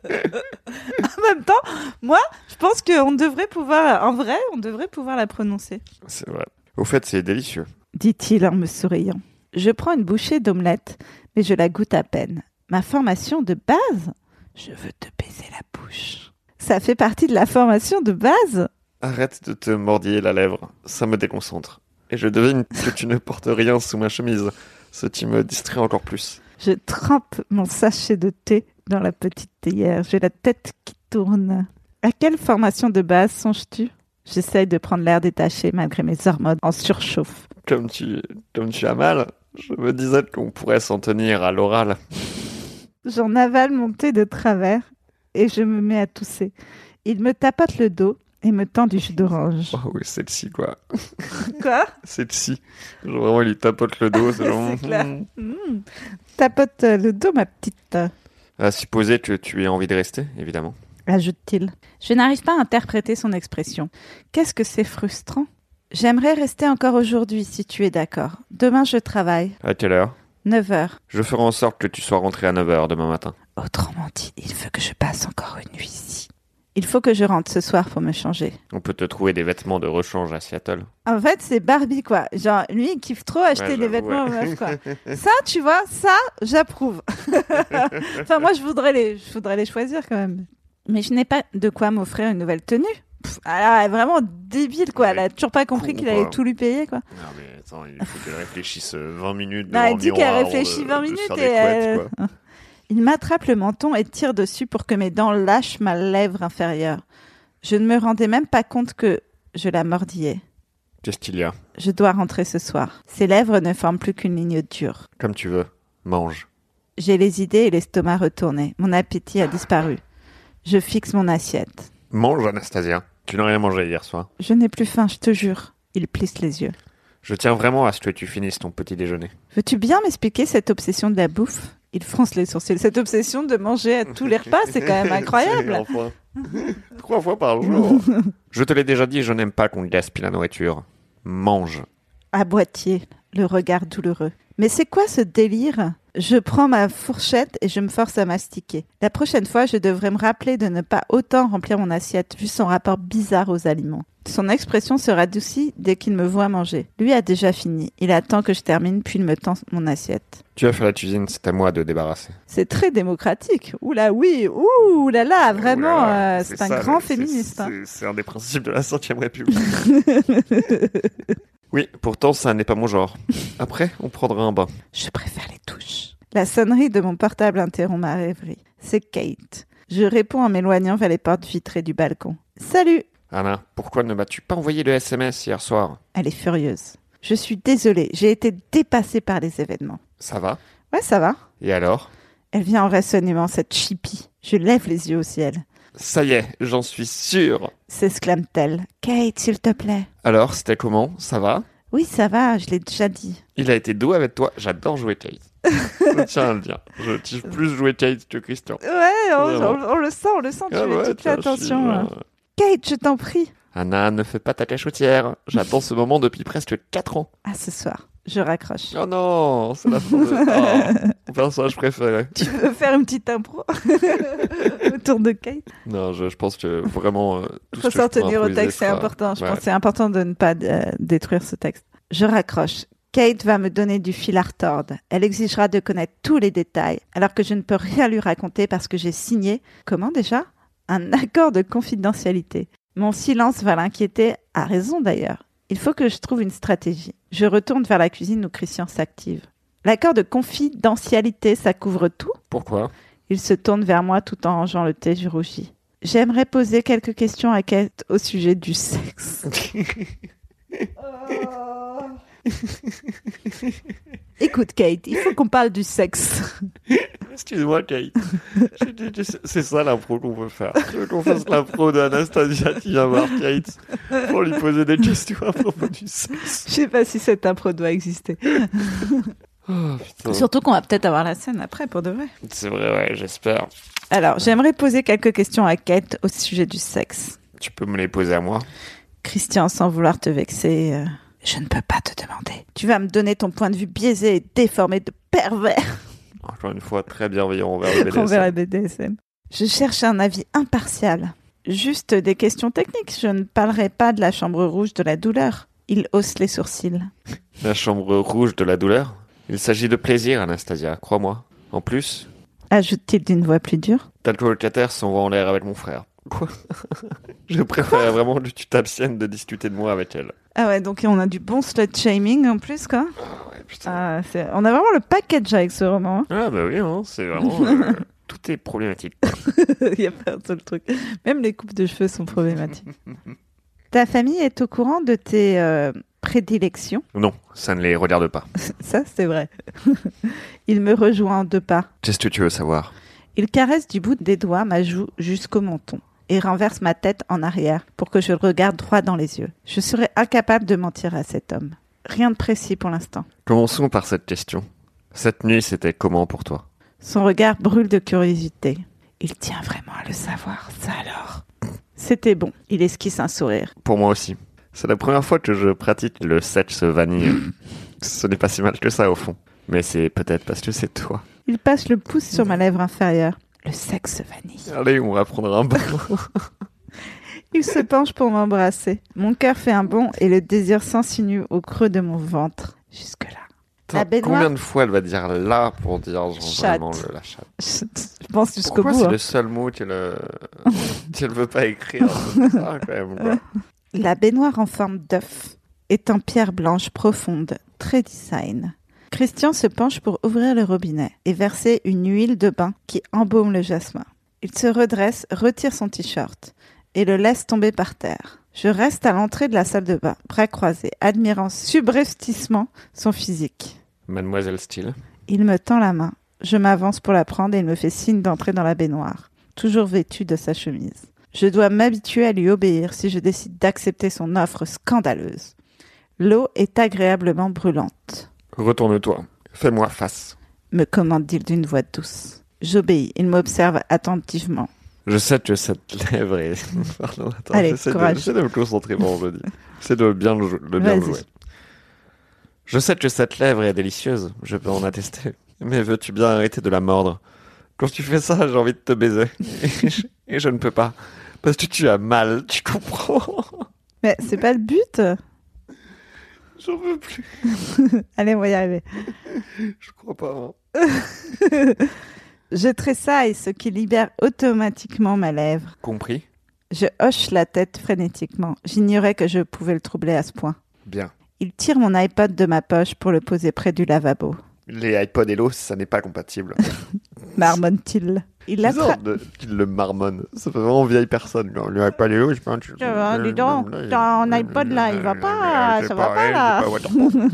S2: En même temps, moi, je pense qu'on devrait pouvoir, en vrai, on devrait pouvoir la prononcer.
S3: C'est vrai. Au fait, c'est délicieux.
S2: Dit-il en me souriant. Je prends une bouchée d'omelette, mais je la goûte à peine. Ma formation de base ? Je veux te baiser la bouche. Ça fait partie de la formation de base ?
S3: Arrête de te mordiller la lèvre. Ça me déconcentre. Et je devine que tu ne portes rien sous ma chemise. Ce qui me distrait encore plus.
S2: Je trempe mon sachet de thé dans la petite théière. J'ai la tête qui tourne. À quelle formation de base songes-tu ? J'essaye de prendre l'air détaché malgré mes hormones en surchauffe.
S3: Comme tu, comme tu as mal, je me disais qu'on pourrait s'en tenir à l'oral.
S2: J'en avale mon thé de travers et je me mets à tousser. Il me tapote le dos et me tend du jus d'orange.
S3: Oh oui, celle-ci, quoi.
S2: Quoi ?
S3: Celle-ci. Genre, vraiment, il lui tapote le dos. C'est genre...
S2: C'est clair. Mmh. Tapote euh, le dos, ma petite.
S3: À supposer que tu aies envie de rester, évidemment.
S2: Ajoute-t-il. Je n'arrive pas à interpréter son expression. Qu'est-ce que c'est frustrant ? J'aimerais rester encore aujourd'hui, si tu es d'accord. Demain, je travaille.
S3: À quelle heure ?
S2: neuf heures.
S3: Je ferai en sorte que tu sois rentré à neuf heures demain matin.
S2: Autrement dit, il veut que je passe encore une nuit ici. Il faut que je rentre ce soir pour me changer.
S3: On peut te trouver des vêtements de rechange à Seattle.
S2: En fait, c'est Barbie, quoi. Genre, lui, il kiffe trop acheter
S3: Ouais,
S2: des
S3: j'avoue,
S2: vêtements
S3: ouais.
S2: aux meufs, quoi. Ça, tu vois, ça, j'approuve. Enfin, moi, je voudrais les, je voudrais les choisir, quand même. Mais je n'ai pas de quoi m'offrir une nouvelle tenue. Pff, alors, elle est vraiment débile, quoi. Elle a toujours pas compris
S3: Con,
S2: qu'il
S3: quoi.
S2: allait tout lui payer, quoi.
S3: Non mais attends, il faut qu'elle réfléchisse vingt minutes
S2: Non,
S3: devant
S2: elle
S3: le
S2: dit
S3: miroir
S2: qu'elle
S3: avant
S2: réfléchit
S3: de-
S2: vingt
S3: de se
S2: minutes
S3: faire
S2: et
S3: des couettes,
S2: elle-
S3: quoi.
S2: Il m'attrape le menton et tire dessus pour que mes dents lâchent ma lèvre inférieure. Je ne me rendais même pas compte que je la mordillais.
S3: Qu'est-ce qu'il y a ?
S2: Je dois rentrer ce soir. Ses lèvres ne forment plus qu'une ligne dure.
S3: Comme tu veux. Mange.
S2: J'ai les idées et l'estomac retournés. Mon appétit a disparu. Je fixe mon assiette.
S3: Mange, Anastasia. Tu n'as rien mangé hier soir.
S2: Je n'ai plus faim, je te jure. Il plisse les yeux.
S3: Je tiens vraiment à ce que tu finisses ton petit déjeuner.
S2: Veux-tu bien m'expliquer cette obsession de la bouffe ? Il fronce les sourcils. Cette obsession de manger à tous les repas, c'est quand même incroyable.
S3: Enfin. Trois fois par jour. Je te l'ai déjà dit, je n'aime pas qu'on gaspille la nourriture. Mange.
S2: À Boîtier, le regard douloureux. Mais c'est quoi ce délire ? Je prends ma fourchette et je me force à mastiquer. La prochaine fois, je devrais me rappeler de ne pas autant remplir mon assiette, vu son rapport bizarre aux aliments. Son expression se radoucit dès qu'il me voit manger. Lui a déjà fini. Il attend que je termine, puis il me tend mon assiette.
S3: Tu as fait la cuisine, c'est à moi de débarrasser.
S2: C'est très démocratique. Oula, oui, ouh là là, vraiment,
S3: Ouh là là,
S2: euh, c'est,
S3: ça,
S2: un grand
S3: c'est-
S2: féministe.
S3: C'est,
S2: hein.
S3: c'est un des principes de la cinquième République. Oui, pourtant, ça n'est pas mon genre. Après, on prendra un bain.
S2: Je préfère les touches. La sonnerie de mon portable interrompt ma rêverie. C'est Kate. Je réponds en m'éloignant vers les portes vitrées du balcon. Salut!
S3: Anna, pourquoi ne m'as-tu pas envoyé le S M S hier soir ?
S2: Elle est furieuse. Je suis désolée, j'ai été dépassée par les événements.
S3: Ça va ?
S2: Ouais, ça va.
S3: Et alors ?
S2: Elle vient en raisonnement, cette chipie. Je lève les yeux au ciel.
S3: Ça y est, j'en suis sûr.
S2: S'exclame-t-elle. Kate, s'il te plaît.
S3: Alors, c'était comment? Ça va?
S2: Oui, ça va, je l'ai déjà dit.
S3: Il a été doux avec toi. J'adore jouer Kate. Je tiens à le dire. Je kiffe plus jouer Kate que Christian.
S2: Ouais, on, on, on le sent, on le sent, tu
S3: Ah
S2: fais
S3: ouais,
S2: toute
S3: tiens,
S2: attention.
S3: je suis, euh,
S2: Kate, je t'en prie.
S3: Anna, ne fais pas ta cachotière. J'attends ce moment depuis presque quatre ans.
S2: À ce soir, je raccroche.
S3: Oh non, c'est la fin de... Oh, mon personnage préféré.
S2: Tu veux faire une petite impro autour de Kate?
S3: Non, je, je pense que vraiment... Euh, tout
S2: Il faut
S3: ce que je
S2: s'en
S3: peux
S2: tenir au
S3: improviser
S2: texte, c'est
S3: sera-
S2: important. Je
S3: Ouais.
S2: pense que c'est important de ne pas euh, détruire ce texte. Je raccroche. Kate va me donner du fil à retordre. Elle exigera de connaître tous les détails, alors que je ne peux rien lui raconter parce que j'ai signé, comment déjà? Un accord de confidentialité. Mon silence va l'inquiéter, à raison d'ailleurs. Il faut que je trouve une stratégie. Je retourne vers la cuisine où Christian s'active. L'accord de confidentialité, ça couvre tout?
S3: Pourquoi?
S2: Il se tourne vers moi tout en rangeant le thé, je rougis. J'aimerais poser quelques questions à Kate au sujet du sexe. Écoute Kate, il faut qu'on parle du sexe.
S3: Excuse-moi, Kate. Je dis que c'est- c'est ça l'impro qu'on veut faire. Je veux qu'on fasse l'impro d'Anastasia qui vient voir Kate pour lui poser des questions à propos du sexe.
S2: Je sais pas si cette impro doit exister.
S3: Oh, putain.
S2: Surtout qu'on va peut-être avoir la scène après pour de vrai.
S3: C'est vrai, ouais, j'espère.
S2: Alors, j'aimerais poser quelques questions à Kate au sujet du sexe.
S3: Tu peux me les poser à moi?
S2: Christian, sans vouloir te vexer, euh, je ne peux pas te demander. Tu vas me donner ton point de vue biaisé et déformé de pervers
S3: Encore une fois, très bienveillant envers le B D S M.
S2: envers la B D S M. Je cherche un avis impartial. Juste des questions techniques. Je ne parlerai pas de la chambre rouge de la douleur. Il hausse les sourcils.
S3: La chambre rouge de la douleur? Il s'agit de plaisir, Anastasia, crois-moi. En plus,
S2: Ajoute-t-il d'une voix plus dure.
S3: t'as le colocataire s'envoie en l'air avec mon frère. Quoi? Je préfère vraiment que tu t'abstiennes de discuter de moi avec elle.
S2: Ah ouais, donc on a du bon slut shaming en plus, quoi.
S3: Ah ouais, putain.
S2: Ah, c'est... On a vraiment le package avec ce roman. hein.
S3: Ah bah oui, hein, c'est vraiment... euh, tout est problématique.
S2: Il n'y a pas un seul truc. Même les coupes de cheveux sont problématiques. Ta famille est au courant de tes euh, prédilections?
S3: Non, ça ne les regarde pas.
S2: Ça, c'est vrai. Il me rejoint en deux pas.
S3: Qu'est-ce que tu veux savoir?
S2: Il caresse du bout des doigts ma joue jusqu'au menton et renverse ma tête en arrière pour que je le regarde droit dans les yeux. Je serais incapable de mentir à cet homme. Rien de précis pour l'instant.
S3: Commençons par cette question. Cette nuit, c'était comment pour toi?
S2: Son regard brûle de curiosité. Il tient vraiment à le savoir, ça alors. C'était bon. Il esquisse un sourire.
S3: Pour moi aussi. C'est la première fois que je pratique le sexe vanille. Ce n'est pas si mal que ça au fond. Mais c'est peut-être parce que c'est toi.
S2: Il passe le pouce sur ma lèvre inférieure. Le sexe vanille.
S3: Allez, on va prendre un bain.
S2: Il se penche pour m'embrasser. Mon cœur fait un bond et le désir s'insinue au creux de mon ventre. Jusque-là. La baignoire-
S3: Combien de fois elle va dire là pour dire genre
S2: Chatte.
S3: vraiment le, la chatte?
S2: Je pense jusqu'au
S3: Pourquoi
S2: bout.
S3: c'est
S2: hein.
S3: le seul mot qu'elle euh, qu'elle veut pas écrire? C'est ça, quand même, quoi.
S2: La baignoire en forme d'œuf est en pierre blanche profonde, très design. Christian se penche pour ouvrir le robinet et verser une huile de bain qui embaume le jasmin. Il se redresse, retire son t-shirt et le laisse tomber par terre. Je reste à l'entrée de la salle de bain, bras croisés, admirant subrepticement son physique.
S3: Mademoiselle Steele.
S2: Il me tend la main. Je m'avance pour la prendre et il me fait signe d'entrer dans la baignoire, toujours vêtu de sa chemise. Je dois m'habituer à lui obéir si je décide d'accepter son offre scandaleuse. L'eau est agréablement brûlante,
S3: Retourne-toi. Fais-moi face.
S2: me commande-t-il d'une voix douce. J'obéis. Il m'observe attentivement.
S3: Je sais que cette lèvre est... Pardon, attends.
S2: Allez,
S3: j'essaie, de,
S2: courage.
S3: j'essaie de me concentrer pendant que je le dis. J'essaie de bien le, jou- de bien le
S2: Vas-y.
S3: jouer. Je sais que cette lèvre est délicieuse. Je peux en attester. Mais veux-tu bien arrêter de la mordre? Quand tu fais ça, j'ai envie de te baiser. Et je, et je ne peux pas. Parce que tu as mal, tu comprends?
S2: Mais c'est pas le but.
S3: J'en veux plus.
S2: Allez, on va y arriver.
S3: Je crois pas. hein.
S2: Je tressaille, ce qui libère automatiquement ma lèvre.
S3: Compris?
S2: Je hoche la tête frénétiquement. J'ignorais que je pouvais le troubler à ce point.
S3: Bien.
S2: Il tire mon iPod de ma poche pour le poser près du lavabo.
S3: Les iPod et l'eau, ça n'est pas compatible.
S2: Marmonne-t-il. Il
S3: C'est bizarre
S2: attrape...
S3: de- qu'il le marmonne. Ça fait vraiment vieille personne. Genre, les iPod et l'eau, je pense. que-
S2: Ça va, dis donc, ton iPod là, il va pas,
S3: C'est
S2: ça va pas
S3: pareil,
S2: là.
S3: c'est pas waterproof.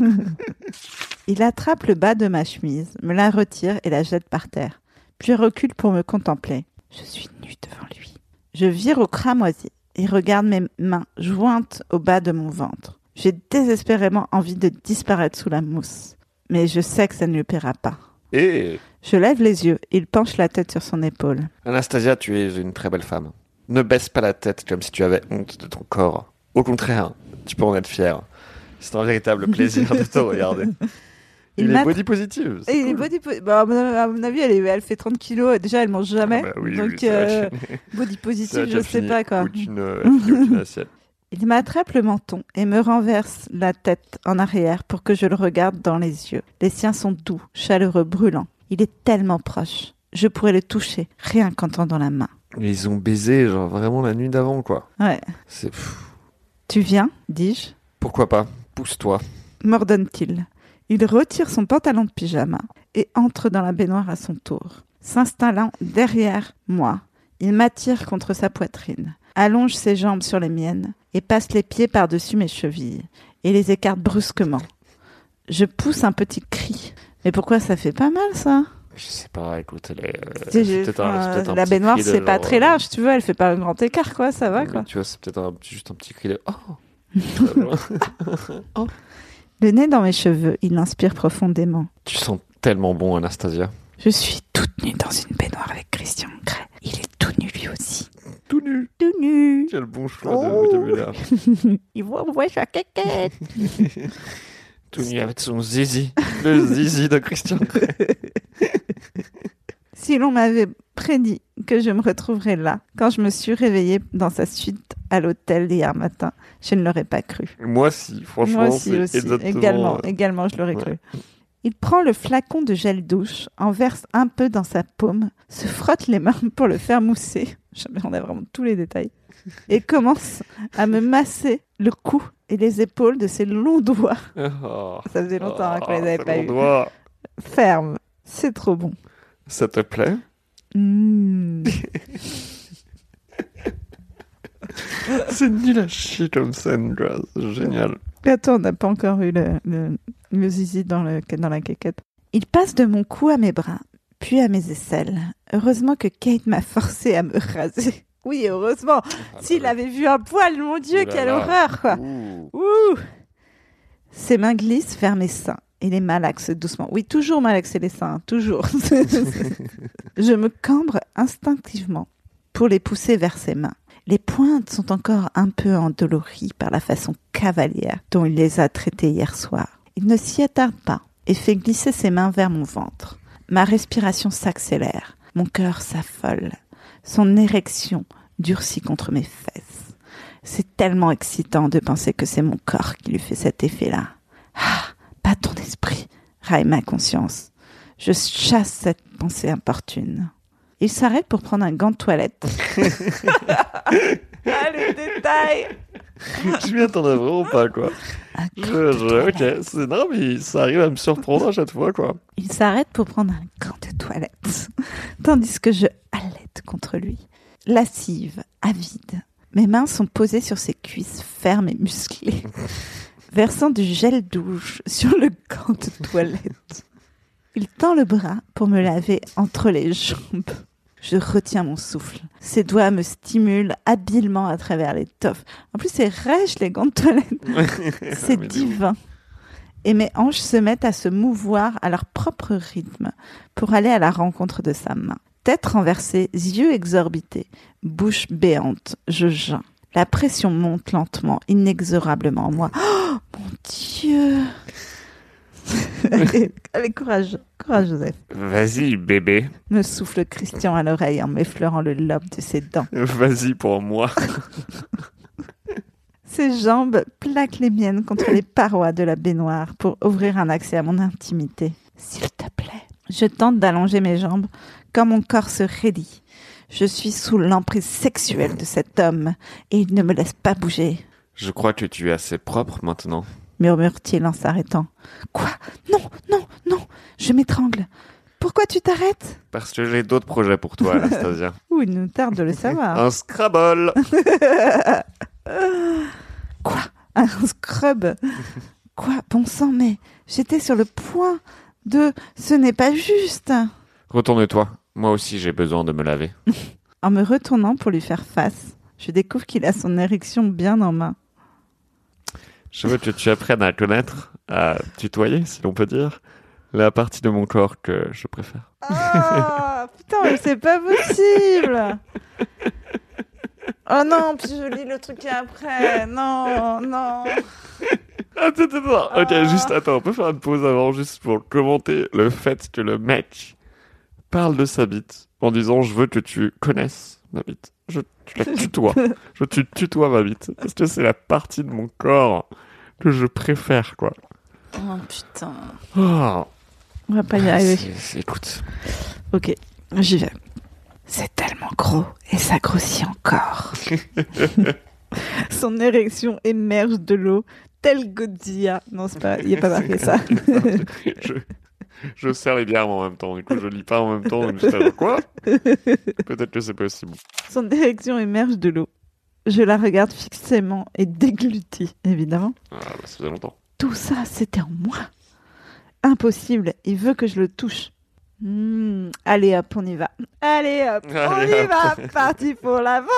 S2: Il attrape le bas de ma chemise, me la retire et la jette par terre. Puis recule pour me contempler. Je suis nue devant lui. Je vire au cramoisi et regarde mes mains jointes au bas de mon ventre. J'ai désespérément envie de disparaître sous la mousse. Mais je sais que ça ne lui plaira pas.
S3: Et
S2: Je lève les yeux. Il penche la tête sur son épaule.
S3: Anastasia, tu es une très belle femme. Ne baisse pas la tête comme si tu avais honte de ton corps. Au contraire, tu peux en être fier. C'est un véritable plaisir de te regarder.
S2: Il
S3: Il,
S2: m'a-
S3: est body positive. c'est
S2: Et il est
S3: cool.
S2: body po- bah, à mon à mon avis, elle, est- elle fait trente kilos. Déjà, elle mange jamais.
S3: Ah bah oui,
S2: Donc,
S3: oui, ça va
S2: euh,
S3: finir.
S2: body
S3: Ça
S2: positive,
S3: va
S2: je
S3: déjà
S2: sais
S3: finir
S2: pas quoi.
S3: Aucune, euh, finir aucune assiette.
S2: Il m'attrape le menton et me renverse la tête en arrière pour que je le regarde dans les yeux. Les siens sont doux, chaleureux, brûlants. Il est tellement proche. Je pourrais le toucher, rien qu'en tendant la main.
S3: Ils ont baisé, genre vraiment la nuit d'avant, quoi.
S2: Ouais.
S3: C'est... pff,
S2: Tu viens, dis-je.
S3: Pourquoi pas? Pousse-toi.
S2: M'ordonne-t-il. Il retire son pantalon de pyjama et entre dans la baignoire à son tour. S'installant derrière moi, il m'attire contre sa poitrine, allonge ses jambes sur les miennes et passe les pieds par-dessus mes chevilles et les écarte brusquement. Je pousse un petit cri. Mais pourquoi ça fait pas mal, ça?
S3: Je sais pas, écoute, elle est, euh,
S2: C'est-
S3: c'est peut-être un-
S2: enfin,
S3: c'est peut-être un
S2: La
S3: petit
S2: baignoire,
S3: cri de
S2: c'est pas
S3: genre,
S2: très
S3: euh,
S2: large, tu vois, elle fait pas un grand écart, quoi, ça va,
S3: mais
S2: quoi.
S3: Tu vois, c'est peut-être un, juste un petit cri de oh. Ça va.
S2: Le nez dans mes cheveux, il inspire profondément.
S3: Tu sens tellement bon, Anastasia.
S2: Je suis toute nue dans une baignoire avec Christian Grey. Il est tout nu lui aussi.
S3: Tout nu.
S2: Tout nu.
S3: Quel bon choix
S2: Oh.
S3: de vocabulaire.
S2: Il voit, on voit sa caquette.
S3: Tout nu avec son zizi. Le zizi de Christian Grey.
S2: Si l'on m'avait prédit que je me retrouverais là, quand je me suis réveillée dans sa suite à l'hôtel hier matin, je ne l'aurais pas cru.
S3: Moi, si, franchement,
S2: Moi aussi,
S3: c'est
S2: aussi.
S3: exactement...
S2: Également,
S3: euh,
S2: également, je l'aurais
S3: ouais.
S2: cru. Il prend le flacon de gel douche, en verse un peu dans sa paume, se frotte les mains pour le faire mousser. On a vraiment tous les détails. Et commence à me masser le cou et les épaules de ses longs doigts.
S3: Oh.
S2: Ça faisait longtemps hein, qu'on les
S3: Oh,
S2: avait
S3: c'est
S2: pas
S3: mon
S2: eus.
S3: doigt.
S2: Ferme. C'est trop bon.
S3: Ça te plaît?
S2: Mmh.
S3: C'est nul à chier comme scène, quoi. C'est génial.
S2: Attends, on n'a pas encore eu le, le, le zizi dans, le, dans la quéquette. Il passe de mon cou à mes bras, puis à mes aisselles. Heureusement que Kate m'a forcé à me raser. Oui, heureusement.
S3: Ah,
S2: S'il
S3: bah,
S2: avait vu un poil, mon Dieu,
S3: Oh là
S2: quelle
S3: là.
S2: horreur, quoi.
S3: ouh.
S2: Ouh. Ses mains glissent vers mes seins et les malaxent doucement. Oui, toujours malaxer les seins, hein, toujours. Je me cambre instinctivement pour les pousser vers ses mains. Les pointes sont encore un peu endolories par la façon cavalière dont il les a traitées hier soir. Il ne s'y attarde pas et fait glisser ses mains vers mon ventre. Ma respiration s'accélère, mon cœur s'affole. Son érection durcit contre mes fesses. C'est tellement excitant de penser que c'est mon corps qui lui fait cet effet-là. Ah, pas ton esprit, raille ma conscience. Je chasse cette pensée importune. Il s'arrête pour prendre un gant de toilette. Ah, les détails.
S3: Je m'y attendais vraiment pas, quoi.
S2: Un
S3: Je,
S2: gant de
S3: je-
S2: toilette.
S3: ok, c'est... Non, mais ça arrive à me surprendre à chaque fois, quoi.
S2: Il s'arrête pour prendre un gant de toilette, tandis que je halète contre lui. Lascive, avide. Mes mains sont posées sur ses cuisses fermes et musclées, versant du gel douche sur le gant de toilette. Il tend le bras pour me laver entre les jambes. Je retiens mon souffle. Ses doigts me stimulent habilement à travers l'étoffe. En plus, c'est rêche, les gants de toilette. C'est
S3: Mais de ouf.
S2: divin. Et mes hanches se mettent à se mouvoir à leur propre rythme pour aller à la rencontre de sa main. Tête renversée, yeux exorbités, bouche béante, je geins. La pression monte lentement, inexorablement en moi. Oh, mon Dieu. Allez, allez, courage, courage Joseph.
S3: Vas-y, bébé.
S2: Me souffle Christian à l'oreille en m'effleurant le lobe de ses dents.
S3: Vas-y pour moi.
S2: Ses jambes plaquent les miennes contre les parois de la baignoire pour ouvrir un accès à mon intimité. S'il te plaît. Je tente d'allonger mes jambes quand mon corps se raidit. Je suis sous l'emprise sexuelle de cet homme et il ne me laisse pas bouger,
S3: Je crois que tu es assez propre maintenant.
S2: murmure-t-il en s'arrêtant. Quoi ? Non, non, non, je m'étrangle. Pourquoi tu t'arrêtes ?
S3: Parce que j'ai d'autres projets pour toi, Anastasia.
S2: Ouh, il nous tarde de le savoir.
S3: Un Scrabble.
S2: Quoi ? Un scrub ? Quoi ? Bon sang, mais j'étais sur le point de... Ce n'est pas juste.
S3: Retourne-toi. Moi aussi, j'ai besoin de me laver.
S2: En me retournant pour lui faire face, je découvre qu'il a son érection bien en main.
S3: Je veux que tu apprennes à connaître, à tutoyer, si l'on peut dire, la partie de mon corps que je préfère.
S2: Ah, putain, mais c'est pas possible. Oh non, puis je lis le truc après. Non, non.
S3: Attends, attends, attends. Ok,
S2: Ah.
S3: juste attends, on peut faire une pause avant, juste pour commenter le fait que le mec parle de sa bite en disant « Je veux que tu connaisses ma bite. Je tu la tutoies. Je tu tutoies ma bite. Parce que c'est la partie de mon corps que je préfère, quoi.
S2: Oh putain. »
S3: Oh.
S2: On va pas y arriver.
S3: C'est- c'est- Écoute.
S2: Ok, j'y vais. C'est tellement gros et ça grossit encore. Son érection émerge de l'eau, tel Godzilla. Non, c'est pas, il n'y a pas marqué ça.
S3: je, je serre les bières en même temps. Du coup, je lis pas en même temps. Donc je fais, quoi? Peut-être que c'est possible.
S2: Son érection émerge de l'eau. Je la regarde fixement et déglutie, évidemment.
S3: Ah, bah, ça faisait longtemps.
S2: Tout ça, c'était en moi. Impossible, il veut que je le touche. Mmh, allez hop, on y va. Allez hop, on
S3: Allez,
S2: y
S3: hop.
S2: va. Parti pour l'aventure.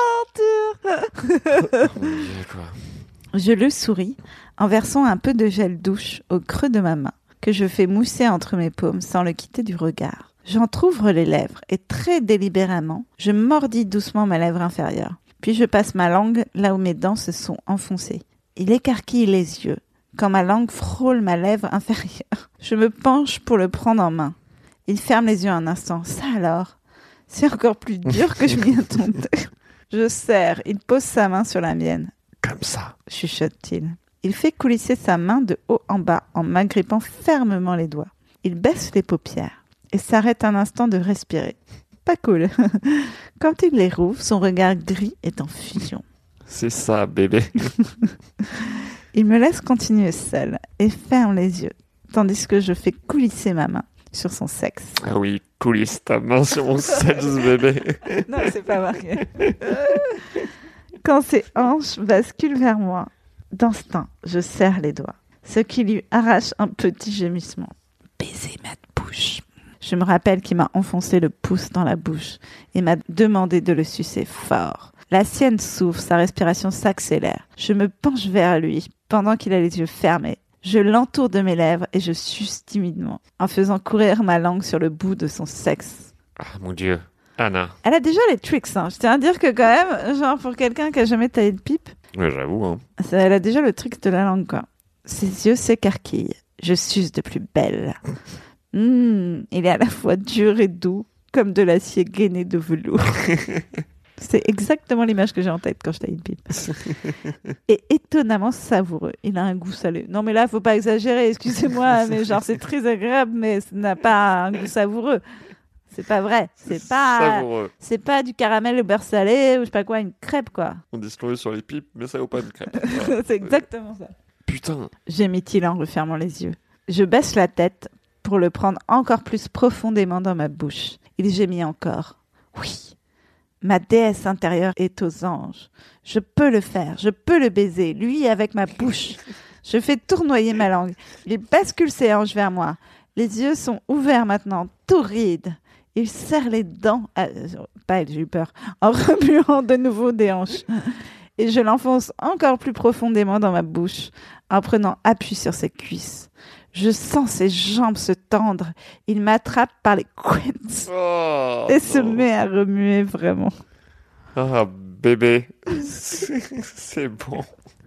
S3: Oh mon Dieu, quoi.
S2: Je le souris en versant un peu de gel douche au creux de ma main, que je fais mousser entre mes paumes sans le quitter du regard. J'entr'ouvre les lèvres et très délibérément, je mordis doucement ma lèvre inférieure. Puis je passe ma langue là où mes dents se sont enfoncées. Il écarquille les yeux quand ma langue frôle ma lèvre inférieure. Je me penche pour le prendre en main. Il ferme les yeux un instant. Ça alors, c'est encore plus dur que je m'y attendais. Je serre. Il pose sa main sur la mienne.
S3: Comme ça.
S2: Chuchote-t-il. Il fait coulisser sa main de haut en bas en m'agrippant fermement les doigts. Il baisse les paupières et s'arrête un instant de respirer. Pas cool. Quand il les rouvre, son regard gris est en fusion.
S3: C'est ça, bébé.
S2: Il me laisse continuer seul et ferme les yeux, tandis que je fais coulisser ma main sur son sexe.
S3: Ah oui, coulisse ta main sur mon sexe, bébé.
S2: Non, c'est pas marqué. Quand ses hanches basculent vers moi, d'instinct, je serre les doigts, ce qui lui arrache un petit gémissement. Baiser ma bouche. Je me rappelle qu'il m'a enfoncé le pouce dans la bouche et m'a demandé de le sucer fort. La sienne s'ouvre, sa respiration s'accélère. Je me penche vers lui pendant qu'il a les yeux fermés. Je l'entoure de mes lèvres et je suce timidement, en faisant courir ma langue sur le bout de son sexe.
S3: Ah mon Dieu. Anna.
S2: Elle a déjà les tricks, hein. Je tiens à dire que quand même, genre pour quelqu'un qui a jamais taillé de pipe,
S3: Ouais, j'avoue, hein.
S2: ça, elle a déjà le trick de la langue, quoi. Ses yeux s'écarquillent. Je suce de plus belle. Mmh, il est à la fois dur et doux, comme de l'acier gainé de velours. C'est exactement l'image que j'ai en tête quand je taille une pipe. Et étonnamment savoureux. Il a un goût salé. Non, mais là, faut pas exagérer, excusez-moi, mais genre, c'est très agréable, mais ça n'a pas un goût savoureux. C'est pas vrai. C'est pas,
S3: Savoureux.
S2: c'est pas du caramel au beurre salé ou je sais pas quoi, une crêpe, quoi.
S3: On dit ce qu'on veut sur les pipes, mais ça vaut pas une crêpe.
S2: C'est exactement ça.
S3: Putain.
S2: Gémit-il en refermant les yeux. Je baisse la tête pour le prendre encore plus profondément dans ma bouche. Il gémit encore. Oui. Ma déesse intérieure est aux anges. Je peux le faire, je peux le baiser, lui avec ma bouche. Je fais tournoyer ma langue. Il bascule ses hanches vers moi. Les yeux sont ouverts maintenant, tourrides. Il serre les dents, à... pas j'ai eu peur, en remuant de nouveau des hanches. Et je l'enfonce encore plus profondément dans ma bouche, en prenant appui sur ses cuisses. Je sens ses jambes se tendre. Il m'attrape par les couettes
S3: Oh,
S2: et se
S3: non.
S2: met à remuer vraiment.
S3: Ah, bébé. C'est bon.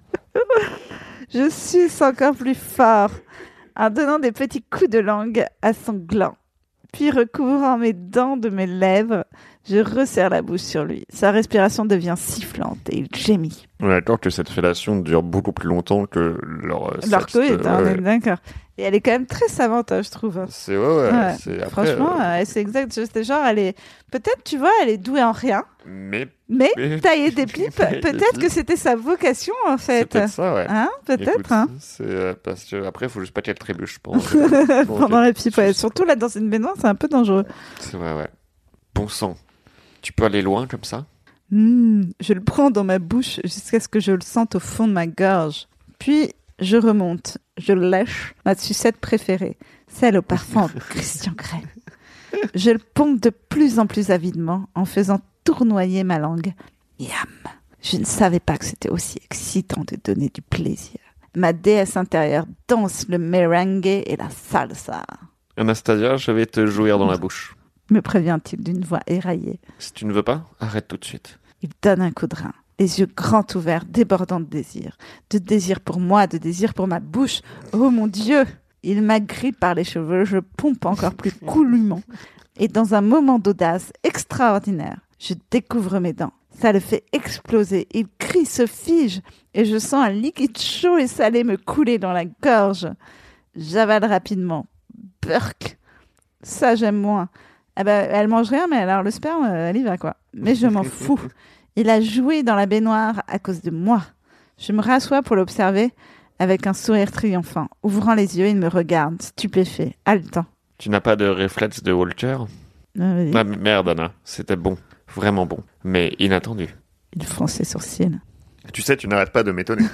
S2: Je suce encore plus fort en donnant des petits coups de langue à son gland. Puis recouvrant mes dents de mes lèvres, je resserre la bouche sur lui. Sa respiration devient sifflante et il gémit.
S3: On est d'accord que cette fellation dure beaucoup plus longtemps que leur euh,
S2: Leur
S3: sexe,
S2: coït, hein, on
S3: ouais.
S2: est d'accord. Et elle est quand même très savante, hein, je trouve.
S3: C'est ouais, ouais.
S2: Ouais.
S3: C'est, après,
S2: Franchement,
S3: euh,
S2: euh, c'est exact. C'est genre, elle est... Peut-être, tu vois, elle est douée en rien,
S3: mais
S2: mais
S3: Mais-
S2: tailler des pipes,
S3: Tailler des
S2: peut-être
S3: pipes.
S2: que c'était sa vocation, en
S3: c'est
S2: fait.
S3: peut-être ça, ouais.
S2: Hein, peut-être,
S3: Écoute,
S2: hein.
S3: C'est euh, parce que après, il faut juste pas qu'elle trébuche pendant. que- pendant
S2: Pendant
S3: que-
S2: la pipe, ouais. Surtout là, dans une baignoire, c'est un peu dangereux.
S3: C'est vrai, ouais. Bon sang. Tu peux aller loin comme ça?
S2: Mmh, je le prends dans ma bouche jusqu'à ce que je le sente au fond de ma gorge. Puis, je remonte. Je lèche ma sucette préférée, celle au parfum Christian Grey. Je le pompe de plus en plus avidement en faisant tournoyer ma langue. Miam. Je ne savais pas que c'était aussi excitant de donner du plaisir. Ma déesse intérieure danse le merengue et la salsa.
S3: Anastasia, je vais te jouir dans la bouche.
S2: Me prévient-il d'une voix éraillée.
S3: Si tu ne veux pas, arrête tout de suite.
S2: Il donne un coup de rein, les yeux grands ouverts, débordant de désir. De désir pour moi, de désir pour ma bouche. Oh mon Dieu! Il m'agrippe par les cheveux, je pompe encore plus goulûment. Et dans un moment d'audace extraordinaire, je découvre mes dents. Ça le fait exploser. Il crie, se fige, et je sens un liquide chaud et salé me couler dans la gorge. J'avale rapidement. Burk. Ça, j'aime moins. Ah ben, elle mange rien, mais alors le sperme, elle y va, quoi. Mais je m'en fous. Il a joué dans la baignoire à cause de moi. Je me rassois pour l'observer avec un sourire triomphant. Ouvrant les yeux, il me regarde, stupéfait, haletant.
S3: Tu n'as pas de réflexe de Walter?
S2: Euh,
S3: Ah merde, Anna, c'était bon. Vraiment bon. Mais inattendu.
S2: Il fronce ses sourcils.
S3: Tu sais, tu n'arrêtes pas de m'étonner.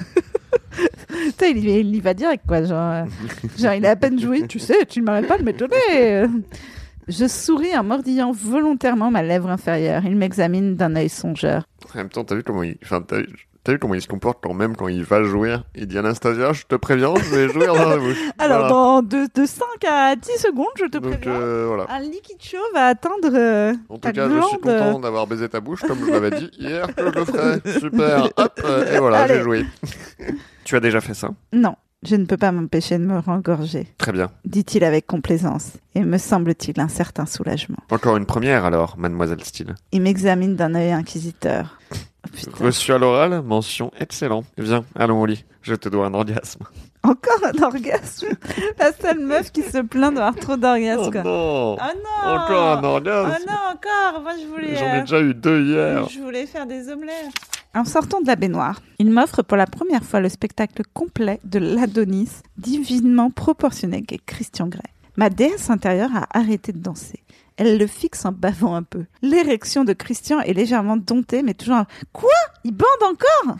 S2: Putain, il, y- il y va direct, quoi. Genre, euh, genre, il a à peine joué. Tu sais, tu ne m'arrêtes pas de m'étonner. Je souris en mordillant volontairement ma lèvre inférieure. Il m'examine d'un œil songeur.
S3: En même temps, t'as vu comment il... Enfin, t'as... t'as vu comment il se comporte quand même quand il va jouir? Il dit Anastasia, je te préviens, je vais jouir dans la bouche.
S2: Alors,
S3: Voilà.
S2: dans de, de cinq à dix secondes, je te
S3: Donc,
S2: préviens,
S3: euh, voilà.
S2: un liquide chaud va atteindre euh,
S3: En tout
S2: ta
S3: cas, je suis
S2: glande.
S3: content d'avoir baisé ta bouche, comme je l'avais dit hier que je le ferais. Super, hop, euh, et voilà,
S2: Allez.
S3: j'ai joué. Tu as déjà fait ça?
S2: Non, je ne peux pas m'empêcher de me rengorger,
S3: Très bien.
S2: dit-il avec complaisance, et me semble-t-il un certain soulagement.
S3: Encore une première alors, mademoiselle Steele.
S2: Il m'examine d'un œil inquisiteur. Oh, putain.
S3: Reçu à l'oral, mention excellent. Viens, allons au lit. Je te dois un orgasme.
S2: Encore un orgasme. La seule meuf qui se plaint d'avoir trop d'orgasmes.
S3: Oh
S2: quoi.
S3: non,
S2: Oh non.
S3: encore un
S2: Oh
S3: orgasme.
S2: non, encore. Moi, je voulais...
S3: J'en ai
S2: euh,
S3: déjà eu deux hier.
S2: Je voulais faire des omelettes. En sortant de la baignoire, il m'offre pour la première fois le spectacle complet de l'Adonis divinement proportionné qu'est Christian Grey. Ma déesse intérieure a arrêté de danser. Elle le fixe en bavant un peu. L'érection de Christian est légèrement domptée, mais toujours... un- Quoi? Il bande encore?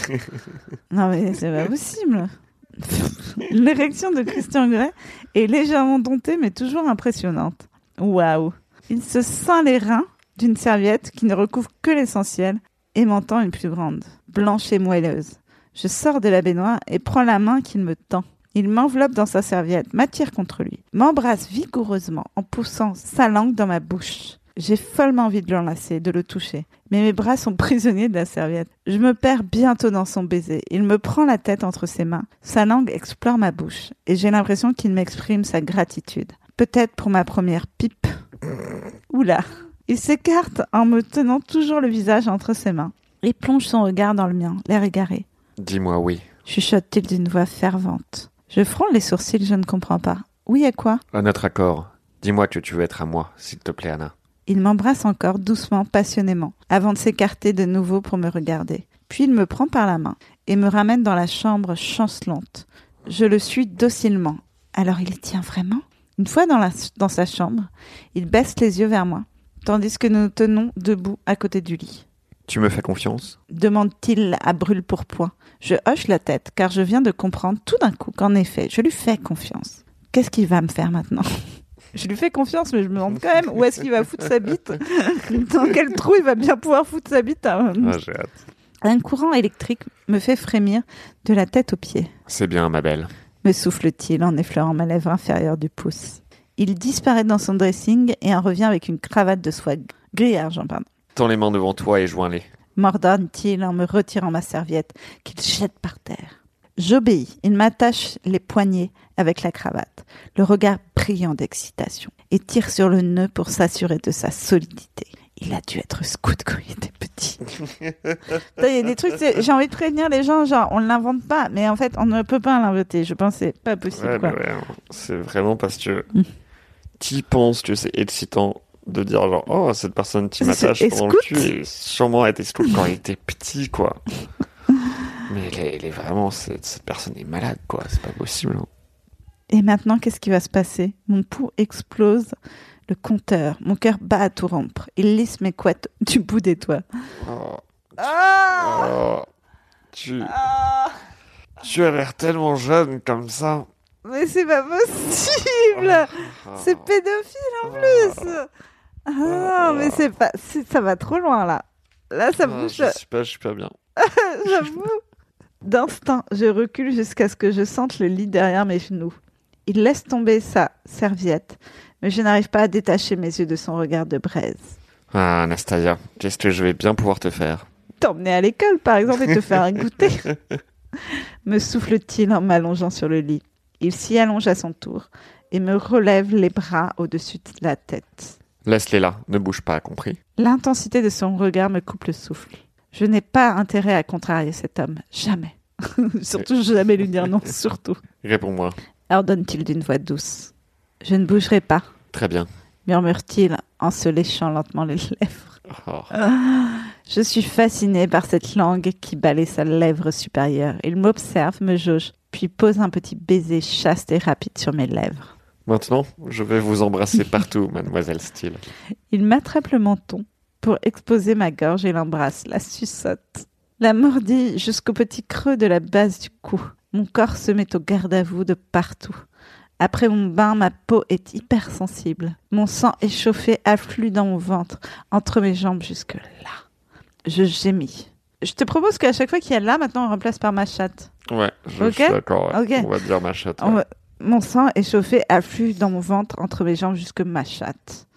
S2: Non mais c'est pas possible. L'érection de Christian Grey est légèrement domptée, mais toujours impressionnante. Waouh! Il se ceint les reins d'une serviette qui ne recouvre que l'essentiel, aimantant une plus grande, blanche et moelleuse. Je sors de la baignoire et prends la main qu'il me tend. Il m'enveloppe dans sa serviette, m'attire contre lui, m'embrasse vigoureusement en poussant sa langue dans ma bouche. J'ai follement envie de l'enlacer, de le toucher, mais mes bras sont prisonniers de la serviette. Je me perds bientôt dans son baiser. Il me prend la tête entre ses mains. Sa langue explore ma bouche et j'ai l'impression qu'il m'exprime sa gratitude. Peut-être pour ma première pipe. Oula. Il s'écarte en me tenant toujours le visage entre ses mains et plonge son regard dans le mien, l'air égaré.
S3: Dis-moi oui.
S2: Chuchote-t-il d'une voix fervente. Je frôle les sourcils, je ne comprends pas. Oui, à quoi?
S3: À notre accord, dis-moi que tu veux être à moi, s'il te plaît, Anna.
S2: Il m'embrasse encore doucement, passionnément, avant de s'écarter de nouveau pour me regarder. Puis il me prend par la main et me ramène dans la chambre chancelante. Je le suis docilement. Alors il y tient vraiment? Une fois dans, la, dans sa chambre, il baisse les yeux vers moi, tandis que nous nous tenons debout à côté du lit.
S3: Tu me fais confiance?
S2: Demande-t-il à brûle-pourpoint. Je hoche la tête, car je viens de comprendre tout d'un coup qu'en effet, je lui fais confiance. Qu'est-ce qu'il va me faire maintenant? Je lui fais confiance, mais je me demande quand même où est-ce qu'il va foutre sa bite. Dans quel trou il va bien pouvoir foutre sa bite hein.
S3: Ah, j'ai hâte.
S2: Un courant électrique me fait frémir de la tête aux pieds,
S3: C'est bien, ma belle.
S2: me souffle-t-il en effleurant ma lèvre inférieure du pouce. Il disparaît dans son dressing et en revient avec une cravate de soie gris-argent, pardon.
S3: Tends les mains devant toi et joins-les.
S2: M'ordonne-t-il en me retirant ma serviette qu'il jette par terre. J'obéis. Il m'attache les poignets avec la cravate, le regard brillant d'excitation, et tire sur le nœud pour s'assurer de sa solidité. Il a dû être scout quand il était petit. Il y a des trucs, c'est- j'ai envie de prévenir les gens, genre on ne l'invente pas, mais en fait on ne peut pas l'inventer. Je pense que c'est pas possible.
S3: Ouais,
S2: quoi.
S3: mais ouais, c'est vraiment parce que
S2: Mm.
S3: t'y penses que c'est excitant de dire genre oh cette personne qui
S2: C'est-
S3: m'attache
S2: et
S3: pendant le
S2: scout
S3: cul et sûrement été scout quand il était petit quoi. Mais elle est, elle est vraiment cette, cette personne est malade quoi, c'est pas possible. hein.
S2: Et maintenant, qu'est-ce qui va se passer? Mon pouls explose, le compteur, mon cœur bat à tout rompre. Il lisse mes couettes du bout des doigts.
S3: Oh,
S2: Ah
S3: oh, tu,
S2: Ah
S3: tu as l'air tellement jeune comme ça.
S2: Mais c'est pas possible.
S3: Ah,
S2: C'est pédophile en plus. Ah non, mais c'est pas, c'est- ça va trop loin là. Là, ça
S3: Ah,
S2: bouge.
S3: je sais pas, je suis pas bien.
S2: J'avoue. D'instinct, je recule jusqu'à ce que je sente le lit derrière mes genoux. Il laisse tomber sa serviette, mais je n'arrive pas à détacher mes yeux de son regard de braise.
S3: Ah, Anastasia, qu'est-ce que je vais bien pouvoir te faire?
S2: T'emmener à l'école, par exemple, et te faire un goûter. Me souffle-t-il en m'allongeant sur le lit. Il s'y allonge à son tour et me relève les bras au-dessus de la tête.
S3: Laisse-les là, ne bouge pas, compris?
S2: L'intensité de son regard me coupe le souffle. Je n'ai pas intérêt à contrarier cet homme. Jamais. Surtout jamais lui dire non, surtout.
S3: Réponds-moi.
S2: Ordonne-t-il d'une voix douce. Je ne bougerai pas,
S3: Très bien.
S2: murmure-t-il en se léchant lentement les lèvres.
S3: Oh.
S2: Ah, je suis fascinée par cette langue qui balaye sa lèvre supérieure. Il m'observe, me jauge, puis pose un petit baiser chaste et rapide sur mes lèvres.
S3: Maintenant, je vais vous embrasser partout, mademoiselle Steele.
S2: Il m'attrape le menton pour exposer ma gorge et l'embrasse, la suçote. La mordit jusqu'au petit creux de la base du cou. Mon corps se met au garde-à-vous de partout. Après mon bain, ma peau est hypersensible. Mon sang échauffé afflue dans mon ventre, entre mes jambes jusque là. Je gémis. Je te propose qu'à chaque fois qu'il y a là, maintenant on remplace par ma chatte.
S3: Ouais, je,
S2: Ok.
S3: je suis d'accord. Ouais.
S2: Ok.
S3: On va dire ma chatte.
S2: On
S3: Ouais.
S2: va- Mon sang échauffé afflue dans mon ventre, entre mes jambes jusque ma chatte.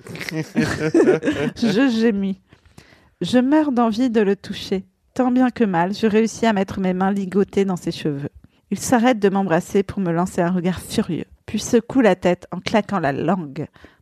S2: Je gémis. Je meurs d'envie de le toucher. Tant bien que mal, je réussis à mettre mes mains ligotées dans ses cheveux. Il s'arrête de m'embrasser pour me lancer un regard furieux, puis secoue la tête en claquant la langue.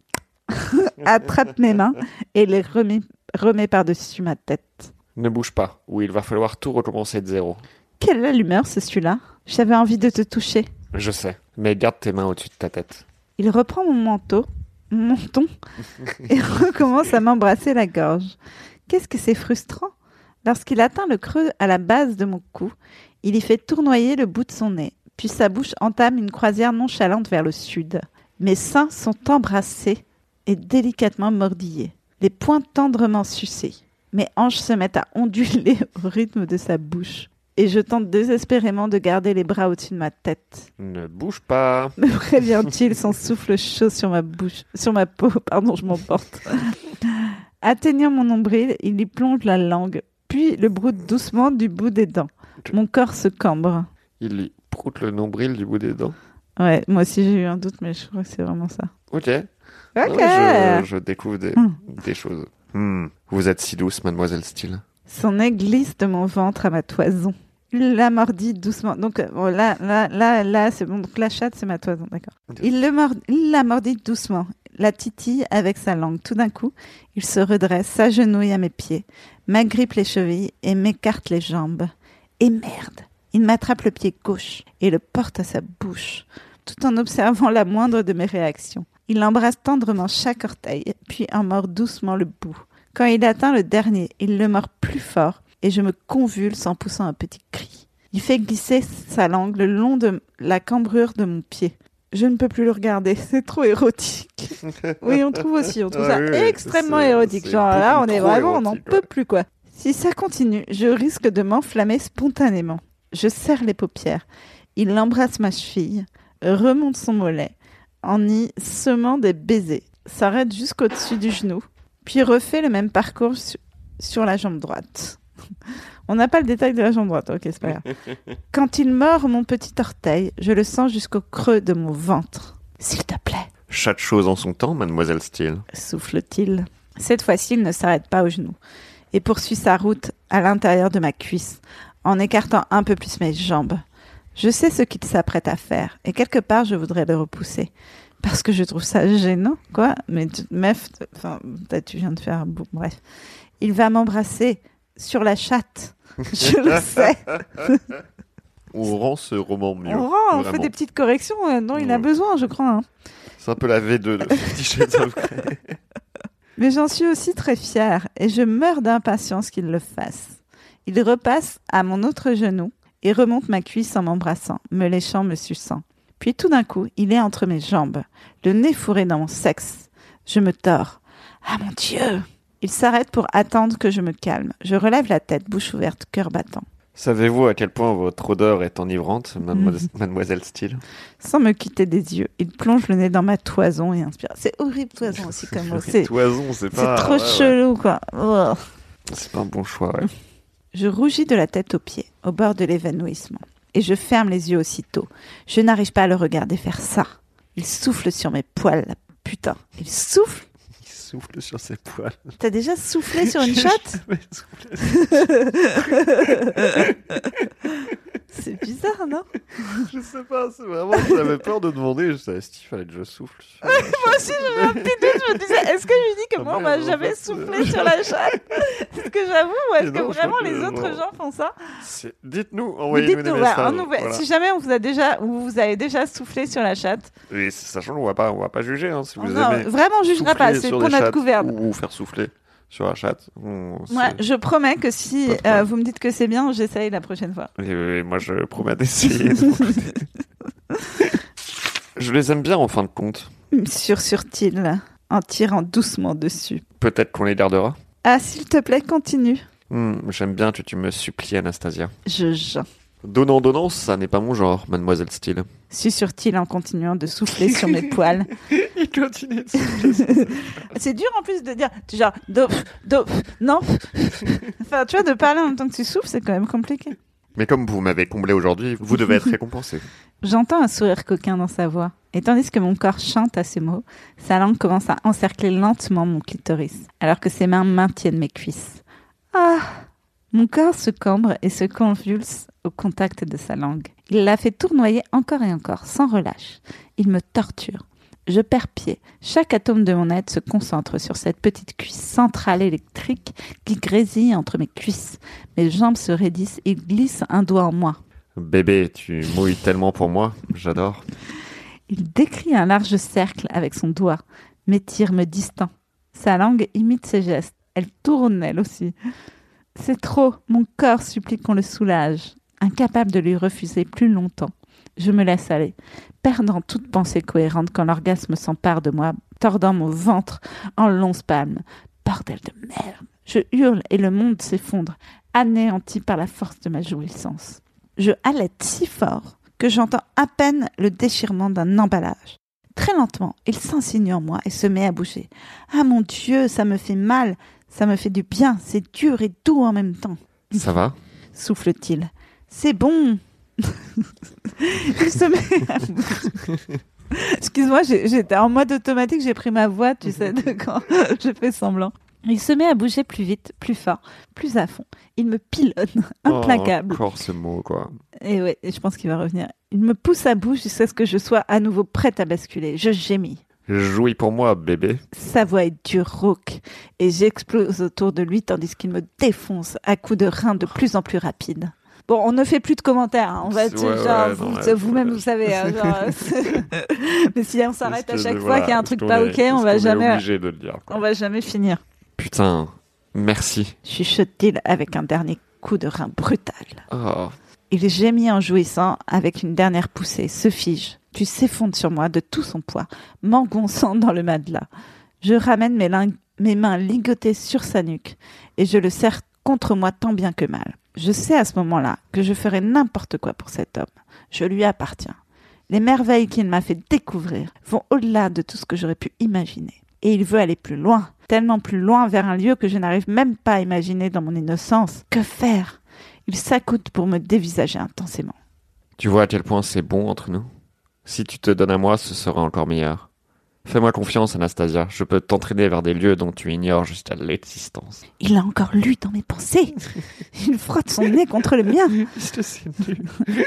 S2: Attrape mes mains et les remet, remet par-dessus ma tête.
S3: Ne bouge pas, ou il va falloir tout recommencer de zéro.
S2: Quelle allumeur, c'est celui-là. J'avais envie de te toucher.
S3: Je sais, mais garde tes mains au-dessus de ta tête.
S2: Il reprend mon manteau, mon menton, et recommence à m'embrasser la gorge. Qu'est-ce que c'est frustrant. Lorsqu'il atteint le creux à la base de mon cou, il y fait tournoyer le bout de son nez, puis sa bouche entame une croisière nonchalante vers le sud. Mes seins sont embrassés et délicatement mordillés, les poings tendrement sucés. Mes hanches se mettent à onduler au rythme de sa bouche, et je tente désespérément de garder les bras au-dessus de ma tête.
S3: Ne bouge pas.
S2: Me prévient-il, son souffle chaud sur ma bouche, sur ma peau, pardon, je m'emporte. Atteignant mon nombril, il y plonge la langue, puis le broute doucement du bout des dents. Mon corps se cambre.
S3: Il y proute le nombril du bout des dents.
S2: Ouais, moi aussi j'ai eu un doute, mais je crois que c'est vraiment ça.
S3: Ok.
S2: Ok.
S3: Ouais, je, je découvre des,
S2: Hmm.
S3: des choses. Hmm. Vous êtes si douce, mademoiselle Steele.
S2: Son nez glisse de mon ventre à ma toison. Il la mordit doucement. Donc euh, bon, là, là, là, là, c'est bon. Donc la chatte, c'est ma toison, d'accord. Il, le mord... il la mordit doucement, la titille avec sa langue. Tout d'un coup, il se redresse, s'agenouille à mes pieds, m'agrippe les chevilles et m'écarte les jambes. Et merde, il m'attrape le pied gauche et le porte à sa bouche, tout en observant la moindre de mes réactions. Il embrasse tendrement chaque orteil, puis en mord doucement le bout. Quand il atteint le dernier, il le mord plus fort et je me convulse en poussant un petit cri. Il fait glisser sa langue le long de la cambrure de mon pied. Je ne peux plus le regarder, c'est trop érotique. Oui, on trouve aussi, on trouve
S3: Ah
S2: ça
S3: oui, oui,
S2: extrêmement
S3: c'est-
S2: érotique.
S3: c'est
S2: Genre là, on
S3: beaucoup
S2: est
S3: trop
S2: vraiment, on n'en
S3: érotique,
S2: peut
S3: ouais.
S2: plus quoi. Si ça continue, je risque de m'enflammer spontanément. Je serre les paupières. Il embrasse ma cheville, remonte son mollet, en y semant des baisers, s'arrête jusqu'au-dessus du genou, puis refait le même parcours su- sur la jambe droite. On n'a pas le détail de la jambe droite, ok, c'est pas grave. Quand il mord mon petit orteil, je le sens jusqu'au creux de mon ventre. S'il te plaît,
S3: Chaque chose en son temps, mademoiselle Steele.
S2: souffle-t-il. Cette fois-ci, il ne s'arrête pas au genou et poursuit sa route à l'intérieur de ma cuisse, en écartant un peu plus mes jambes. Je sais ce qu'il s'apprête à faire, et quelque part, je voudrais le repousser. Parce que je trouve ça gênant, quoi. Mais tu- meuf, t- enfin, peut-être tu viens de faire un bout, bref. Il va m'embrasser sur la chatte. Je le sais.
S3: On rend ce roman mieux.
S2: On rend, on fait
S3: vraiment.
S2: des petites corrections euh, dont il a
S3: Ouais.
S2: besoin, je crois. hein.
S3: C'est un peu la V deux de Fifty Shades of Grey.
S2: Mais j'en suis aussi très fière et je meurs d'impatience qu'il le fasse. Il repasse à mon autre genou et remonte ma cuisse en m'embrassant, me léchant, me suçant. Puis tout d'un coup, il est entre mes jambes, le nez fourré dans mon sexe. Je me tords. Ah mon Dieu! Il s'arrête pour attendre que je me calme. Je relève la tête, bouche ouverte, cœur battant.
S3: Savez-vous à quel point votre odeur est enivrante, mademoiselle, mademoiselle Steele?
S2: Sans me quitter des yeux, il plonge le nez dans ma toison et inspire. C'est horrible, toison aussi, comme mot. C'est,
S3: toison, c'est pas...
S2: c'est trop
S3: ouais,
S2: chelou, quoi. Oh.
S3: C'est pas un bon choix, ouais.
S2: Je rougis de la tête aux pieds, au bord de l'évanouissement. Et je ferme les yeux aussitôt. Je n'arrive pas à le regarder faire ça. Il souffle sur mes poils, putain. Il souffle.
S3: Il souffle sur ses poils.
S2: T'as déjà soufflé sur une chatte? C'est bizarre, non?
S3: Je sais pas, c'est vraiment... J'avais peur de demander. Je savais, Steve, fallait que je souffle. Sur
S2: moi aussi, j'avais un petit doute. Je me disais, est-ce que je lui dis que moi, on m'a jamais soufflé sur la chatte? Est-ce que j'avoue ou est-ce que
S3: non,
S2: vraiment les
S3: que,
S2: autres
S3: bon,
S2: gens font ça?
S3: c'est... Dites-nous, envoyez-nous
S2: Dites-nous,
S3: des
S2: ouais,
S3: messages.
S2: on nous...
S3: Voilà.
S2: Si jamais on vous a déjà, ou vous avez déjà soufflé sur la chatte.
S3: Oui, sachant, on va pas, on va pas juger, hein, si vous
S2: non,
S3: aimez.
S2: Vraiment, on jugera pas. C'est pour notre couvercle.
S3: Ou faire souffler sur la chatte. On...
S2: Ouais, je promets que si euh, vous me dites que c'est bien, j'essaye la prochaine fois.
S3: Et, et moi, je promets d'essayer. Je les aime bien en fin de compte.
S2: Sursure-t-il, en tirant doucement dessus.
S3: Peut-être qu'on les gardera.
S2: Ah, s'il te plaît, continue.
S3: Hmm, j'aime bien que tu me supplies, Anastasia.
S2: Je geins.
S3: Donnant, donnant, ça n'est pas mon genre, mademoiselle Steele.
S2: Susurre-t-il en continuant de souffler sur mes poils.
S3: Il continue de souffler.
S2: C'est dur en plus de dire, genre, do, do, non. Enfin, tu vois, de parler en même temps que tu souffles, c'est quand même compliqué.
S3: Mais comme vous m'avez comblé aujourd'hui, vous devez être récompensé.
S2: J'entends un sourire coquin dans sa voix. Et tandis que mon corps chante à ces mots, sa langue commence à encercler lentement mon clitoris, alors que ses mains maintiennent mes cuisses. Ah! Mon corps se cambre et se convulse au contact de sa langue. Il la fait tournoyer encore et encore, sans relâche. Il me torture. Je perds pied. Chaque atome de mon être se concentre sur cette petite cuisse centrale électrique qui grésille entre mes cuisses. Mes jambes se raidissent. Il glisse un doigt en moi.
S3: Bébé, tu mouilles tellement pour moi. J'adore.
S2: Il décrit un large cercle avec son doigt. M'étire, me distend. Sa langue imite ses gestes. Elle tourne, elle aussi. C'est trop. Mon corps supplie qu'on le soulage. Incapable de lui refuser plus longtemps. Je me laisse aller, perdant toute pensée cohérente quand l'orgasme s'empare de moi, tordant mon ventre en longs spasmes. Bordel de merde. Je hurle et le monde s'effondre, anéanti par la force de ma jouissance. Je halète si fort que j'entends à peine le déchirement d'un emballage. Très lentement, il s'insinue en moi et se met à bouger. Ah mon Dieu, ça me fait mal, ça me fait du bien, c'est dur et doux en même temps.
S3: Ça va?
S2: Souffle-t-il. C'est bon. Il se met à bouger. Excuse-moi, j'ai, j'étais en mode automatique, j'ai pris ma voix, tu sais, de quand je fais semblant. Il se met à bouger plus vite, plus fort, plus à fond. Il me pilonne, implacable.
S3: Oh, encore ce mot, quoi.
S2: Et ouais, et je pense qu'il va revenir. Il me pousse à bout jusqu'à ce que je sois à nouveau prête à basculer. Je gémis.
S3: Jouis pour moi, bébé.
S2: Sa voix est dure, rauque, et j'explose autour de lui tandis qu'il me défonce à coups de reins de plus en plus rapides. Bon, on ne fait plus de commentaires. Hein. On va être
S3: ouais,
S2: genre,
S3: ouais,
S2: vous,
S3: non, ouais,
S2: vous-même,
S3: ouais.
S2: vous savez. Hein, genre, mais si on s'arrête à chaque
S3: que,
S2: fois
S3: voilà,
S2: qu'il y a un truc
S3: qu'on
S2: pas
S3: est,
S2: ok, on va
S3: qu'on
S2: jamais,
S3: est obligé de le dire, quoi.
S2: on va jamais finir.
S3: Putain, merci.
S2: Chuchote-t-il avec un dernier coup de rein brutal.
S3: Oh.
S2: Il gémit en jouissant avec une dernière poussée, se fige, puis s'effondre sur moi de tout son poids, m'engonçant dans le matelas. Je ramène mes, ling- mes mains ligotées sur sa nuque et je le serre contre moi tant bien que mal. Je sais à ce moment-là que je ferai n'importe quoi pour cet homme. Je lui appartiens. Les merveilles qu'il m'a fait découvrir vont au-delà de tout ce que j'aurais pu imaginer. Et il veut aller plus loin, tellement plus loin vers un lieu que je n'arrive même pas à imaginer dans mon innocence. Que faire ? Il s'accoute pour me dévisager intensément.
S3: Tu vois à quel point c'est bon entre nous? Si tu te donnes à moi, ce sera encore meilleur. Fais-moi confiance, Anastasia. Je peux t'entraîner vers des lieux dont tu ignores jusqu'à l'existence.
S2: Il a encore lu dans mes pensées. Il frotte son nez contre le mien.
S3: C'est nul.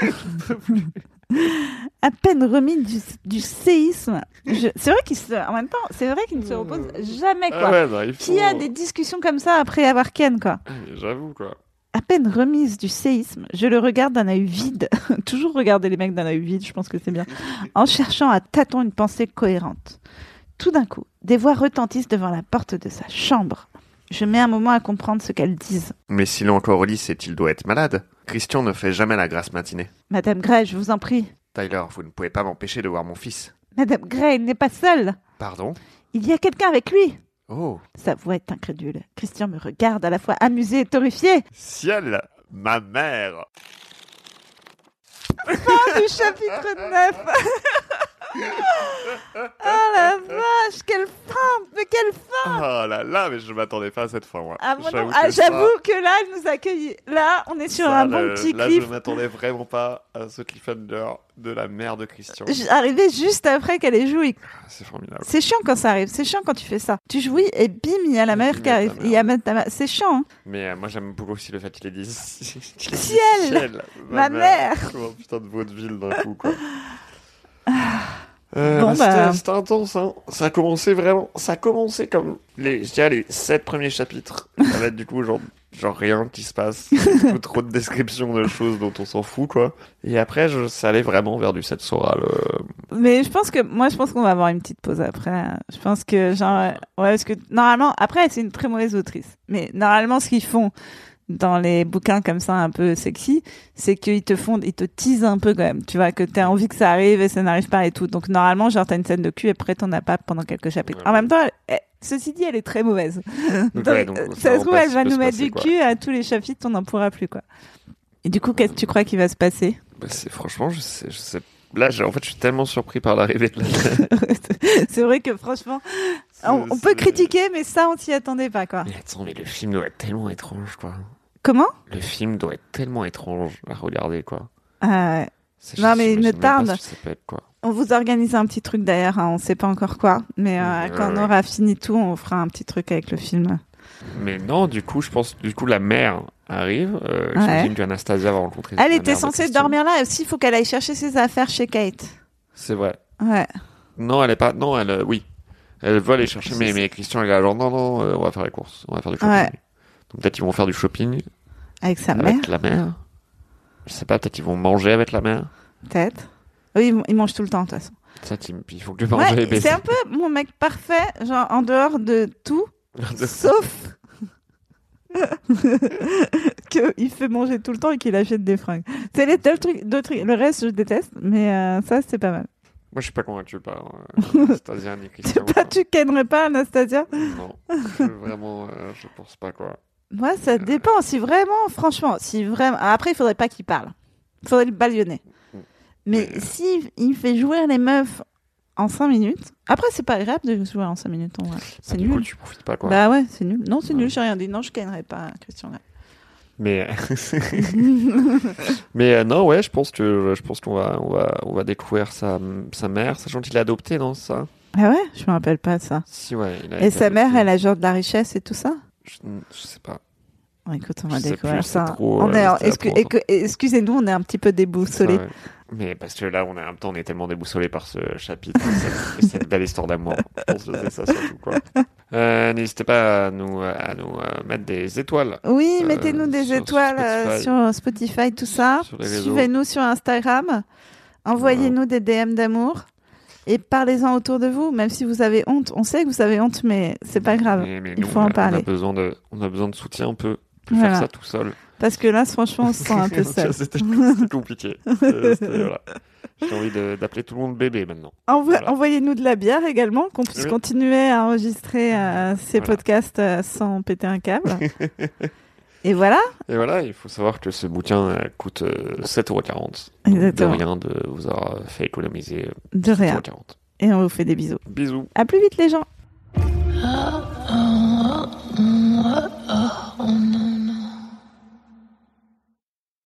S2: À peine remis du, du séisme. Je... C'est vrai qu'il se... En même temps, c'est vrai qu'il ne se repose jamais, quoi.
S3: Ah ouais, non, il faut...
S2: Qui a des discussions comme ça après avoir ken, quoi.
S3: J'avoue, quoi.
S2: À peine remise du séisme, je le regarde d'un œil vide. Toujours regarder les mecs d'un œil vide, je pense que c'est bien. En cherchant à tâtons une pensée cohérente. Tout d'un coup, des voix retentissent devant la porte de sa chambre. Je mets un moment à comprendre ce qu'elles disent.
S3: Mais s'il est encore au lit, c'est qu'il doit être malade. Christian ne fait jamais la grasse matinée.
S2: Madame Gray, je vous en prie.
S3: Tyler, vous ne pouvez pas m'empêcher de voir mon fils.
S2: Madame Gray, il n'est pas seul.
S3: Pardon?
S2: Il y a quelqu'un avec lui.
S3: Oh.
S2: Sa voix est incrédule. Christian me regarde à la fois amusé et terrifié.
S3: Ciel! ma mère.
S2: Fin du chapitre neuf. Oh la vache, quelle fin. Mais quelle fin.
S3: Oh là là, mais je m'attendais pas à cette fin, moi.
S2: Ah, moi non.
S3: J'avoue
S2: Ah,
S3: que
S2: j'avoue
S3: ça-
S2: que là, elle nous accueille. Là, on est sur
S3: ça,
S2: un bon
S3: le-
S2: petit
S3: Là,
S2: cliff.
S3: je m'attendais vraiment pas à ce cliffhanger de la mère de Christian.
S2: Arrivé juste après qu'elle ait joué.
S3: C'est formidable.
S2: C'est chiant quand ça arrive, c'est chiant quand tu fais ça. Tu jouis et bim, il y a la
S3: Et
S2: mère
S3: bim,
S2: qui
S3: il y a
S2: arrive.
S3: ta
S2: Il y a ta mère. C'est chiant, hein.
S3: Mais euh, moi, j'aime beaucoup aussi le fait qu'il ait dit qu'il ait dit
S2: Ciel,
S3: ciel,
S2: ma mère.
S3: Oh putain de vaudeville d'un coup, quoi. Euh,
S2: Bon,
S3: bah,
S2: bah.
S3: c'était, c'était intense, hein. Ça a commencé vraiment. Ça a commencé comme les, je dirais les sept premiers chapitres. Ça va être du coup genre, genre rien qui se passe. Beaucoup trop de descriptions de choses dont on s'en fout, quoi. Et après, je, ça allait vraiment vers du sept Soral. Euh...
S2: Mais je pense que, moi, je pense qu'on va avoir une petite pause après. Je pense que, genre, ouais, parce que normalement, après, c'est une très mauvaise autrice. Mais normalement, ce qu'ils font dans les bouquins comme ça, un peu sexy, c'est qu'ils te font, ils te teasent un peu quand même. Tu vois, que t'as envie que ça arrive et ça n'arrive pas et tout. Donc, normalement, genre, t'as une scène de cul et après, t'en as pas pendant quelques chapitres.
S3: Ouais,
S2: En
S3: ouais.
S2: même temps, elle- elle- ceci dit, elle est très mauvaise.
S3: Donc,
S2: Donc,
S3: ouais, donc,
S2: euh,
S3: on sait
S2: ça se
S3: vraiment
S2: trouve,
S3: pas
S2: elle
S3: ce
S2: va
S3: qui peut
S2: nous
S3: se
S2: mettre
S3: passer,
S2: du
S3: quoi.
S2: cul à tous les chapitres, on n'en pourra plus, quoi. Et du coup, qu'est-ce que tu crois qu'il va se passer?
S3: Bah, c'est franchement, je sais, je sais. Là, j'ai, en fait, je suis tellement surpris par l'arrivée de la.
S2: C'est vrai que franchement, on, on peut
S3: c'est-
S2: critiquer, mais ça, on s'y attendait pas, quoi.
S3: Mais attends, mais le film doit être tellement étrange, quoi.
S2: Comment?
S3: Le film doit être tellement étrange à regarder, quoi.
S2: Euh,
S3: C'est-
S2: Non, mais il
S3: j'imagine
S2: me
S3: même pas
S2: tarde.
S3: ce que ça peut être, quoi.
S2: On vous organise un petit truc d'ailleurs, hein, on sait pas encore quoi, mais euh,
S3: Ouais,
S2: quand on
S3: ouais.
S2: aura fini tout, on fera un petit truc avec le film.
S3: Mais non, du coup, je pense, du coup, la mère arrive. Euh,
S2: Ouais.
S3: J'imagine qu'Anastasia va rencontrer.
S2: Elle
S3: la
S2: était
S3: mère de
S2: censée
S3: Christian.
S2: dormir là, et aussi il faut qu'elle aille chercher ses affaires chez Kate.
S3: C'est vrai.
S2: Ouais.
S3: Non, elle est pas. Non, elle. euh, oui. Elle veut aller chercher, mais,
S2: C'est-
S3: mais Christian, il est là, genre, non, non, euh, on va faire les courses. On va faire du shopping.
S2: Ouais.
S3: Donc peut-être ils vont faire du shopping
S2: Avec sa
S3: avec
S2: mère,
S3: la mère. Je sais pas, peut-être ils vont manger avec la mère.
S2: peut-être. Oui, ils, ils mangent tout le temps, de toute façon.
S3: Ça, il il faut que tu manges et
S2: Ouais,
S3: baiser.
S2: c'est un peu mon mec parfait, genre en dehors de tout, sauf qu'il fait manger tout le temps et qu'il achète des fringues. C'est les deux trucs, deux trucs. Le reste, je déteste, mais euh, ça, c'est pas mal.
S3: Moi, je suis pas convaincu par euh, Anastasia ni Christian.
S2: Pas, tu kennerais pas Anastasia?
S3: Non, je, vraiment, euh, je pense pas, quoi.
S2: Moi, ça dépend. Si vraiment, franchement, si vraiment. Après, il faudrait pas qu'il parle. Il faudrait le bâillonner. Mais
S3: Mais-
S2: si il fait jouer les meufs en cinq minutes, après, c'est pas agréable de jouer en cinq minutes en vrai. C'est
S3: Ah, du coup,
S2: nul.
S3: tu profites pas, quoi.
S2: Bah ouais, c'est nul. Non, c'est
S3: Ouais.
S2: nul, j'ai rien dit. Non, je kennerais pas Christian Grey.
S3: Mais, mais euh, non, ouais, je pense que je pense qu'on va, on va, on va découvrir sa, sa mère, sachant qu'il est adopté, non, c'est ça?
S2: Ah ouais, je me rappelle pas de ça.
S3: Si, ouais. Il a
S2: Et
S3: été
S2: sa mère,
S3: adopté.
S2: elle a genre de la richesse et tout ça?
S3: Je, je sais pas.
S2: Bon, écoute, on va
S3: Je sais
S2: découvrir
S3: plus,
S2: ça.
S3: c'est trop,
S2: on
S3: euh,
S2: est en-
S3: c'était
S2: excu-
S3: trop
S2: écu- Excusez-nous, on est un petit peu déboussolés.
S3: Ça, ouais. Mais parce que là, on est en même temps, on est tellement déboussolé par ce chapitre, cette, cette belle histoire d'amour. Je pense que c'est ça surtout, quoi. Euh, n'hésitez pas à nous, à nous euh, mettre des étoiles.
S2: Oui,
S3: Euh,
S2: mettez-nous des
S3: sur
S2: étoiles euh,
S3: Spotify.
S2: sur Spotify, tout ça.
S3: Sur les réseaux.
S2: Suivez-nous sur Instagram. Envoyez-nous des D M d'amour. Et parlez-en autour de vous, même si vous avez honte. On sait que vous avez honte, mais c'est pas grave.
S3: Mais, mais
S2: Il
S3: nous,
S2: faut
S3: on
S2: en
S3: a, On
S2: parler.
S3: a besoin de, on a besoin de soutien, on peut plus
S2: Voilà.
S3: faire ça tout seul.
S2: Parce que là, franchement, on se sent un peu seul.
S3: C'était c'était compliqué. C'était- c'était- voilà. J'ai envie de- d'appeler tout le monde bébé maintenant.
S2: Envo-
S3: Voilà.
S2: Envoyez-nous de la bière également, qu'on puisse
S3: Oui.
S2: continuer à enregistrer euh, ces
S3: Voilà.
S2: podcasts euh, sans péter un câble. Et voilà.
S3: Et voilà, il faut savoir que ce bouquin euh, coûte euh, sept euros quarante. De
S2: Exactement.
S3: rien de vous avoir fait économiser euh,
S2: De rien.
S3: sept euros quarante.
S2: Et on vous fait des bisous.
S3: Bisous.
S2: À plus vite les gens.
S1: Oh,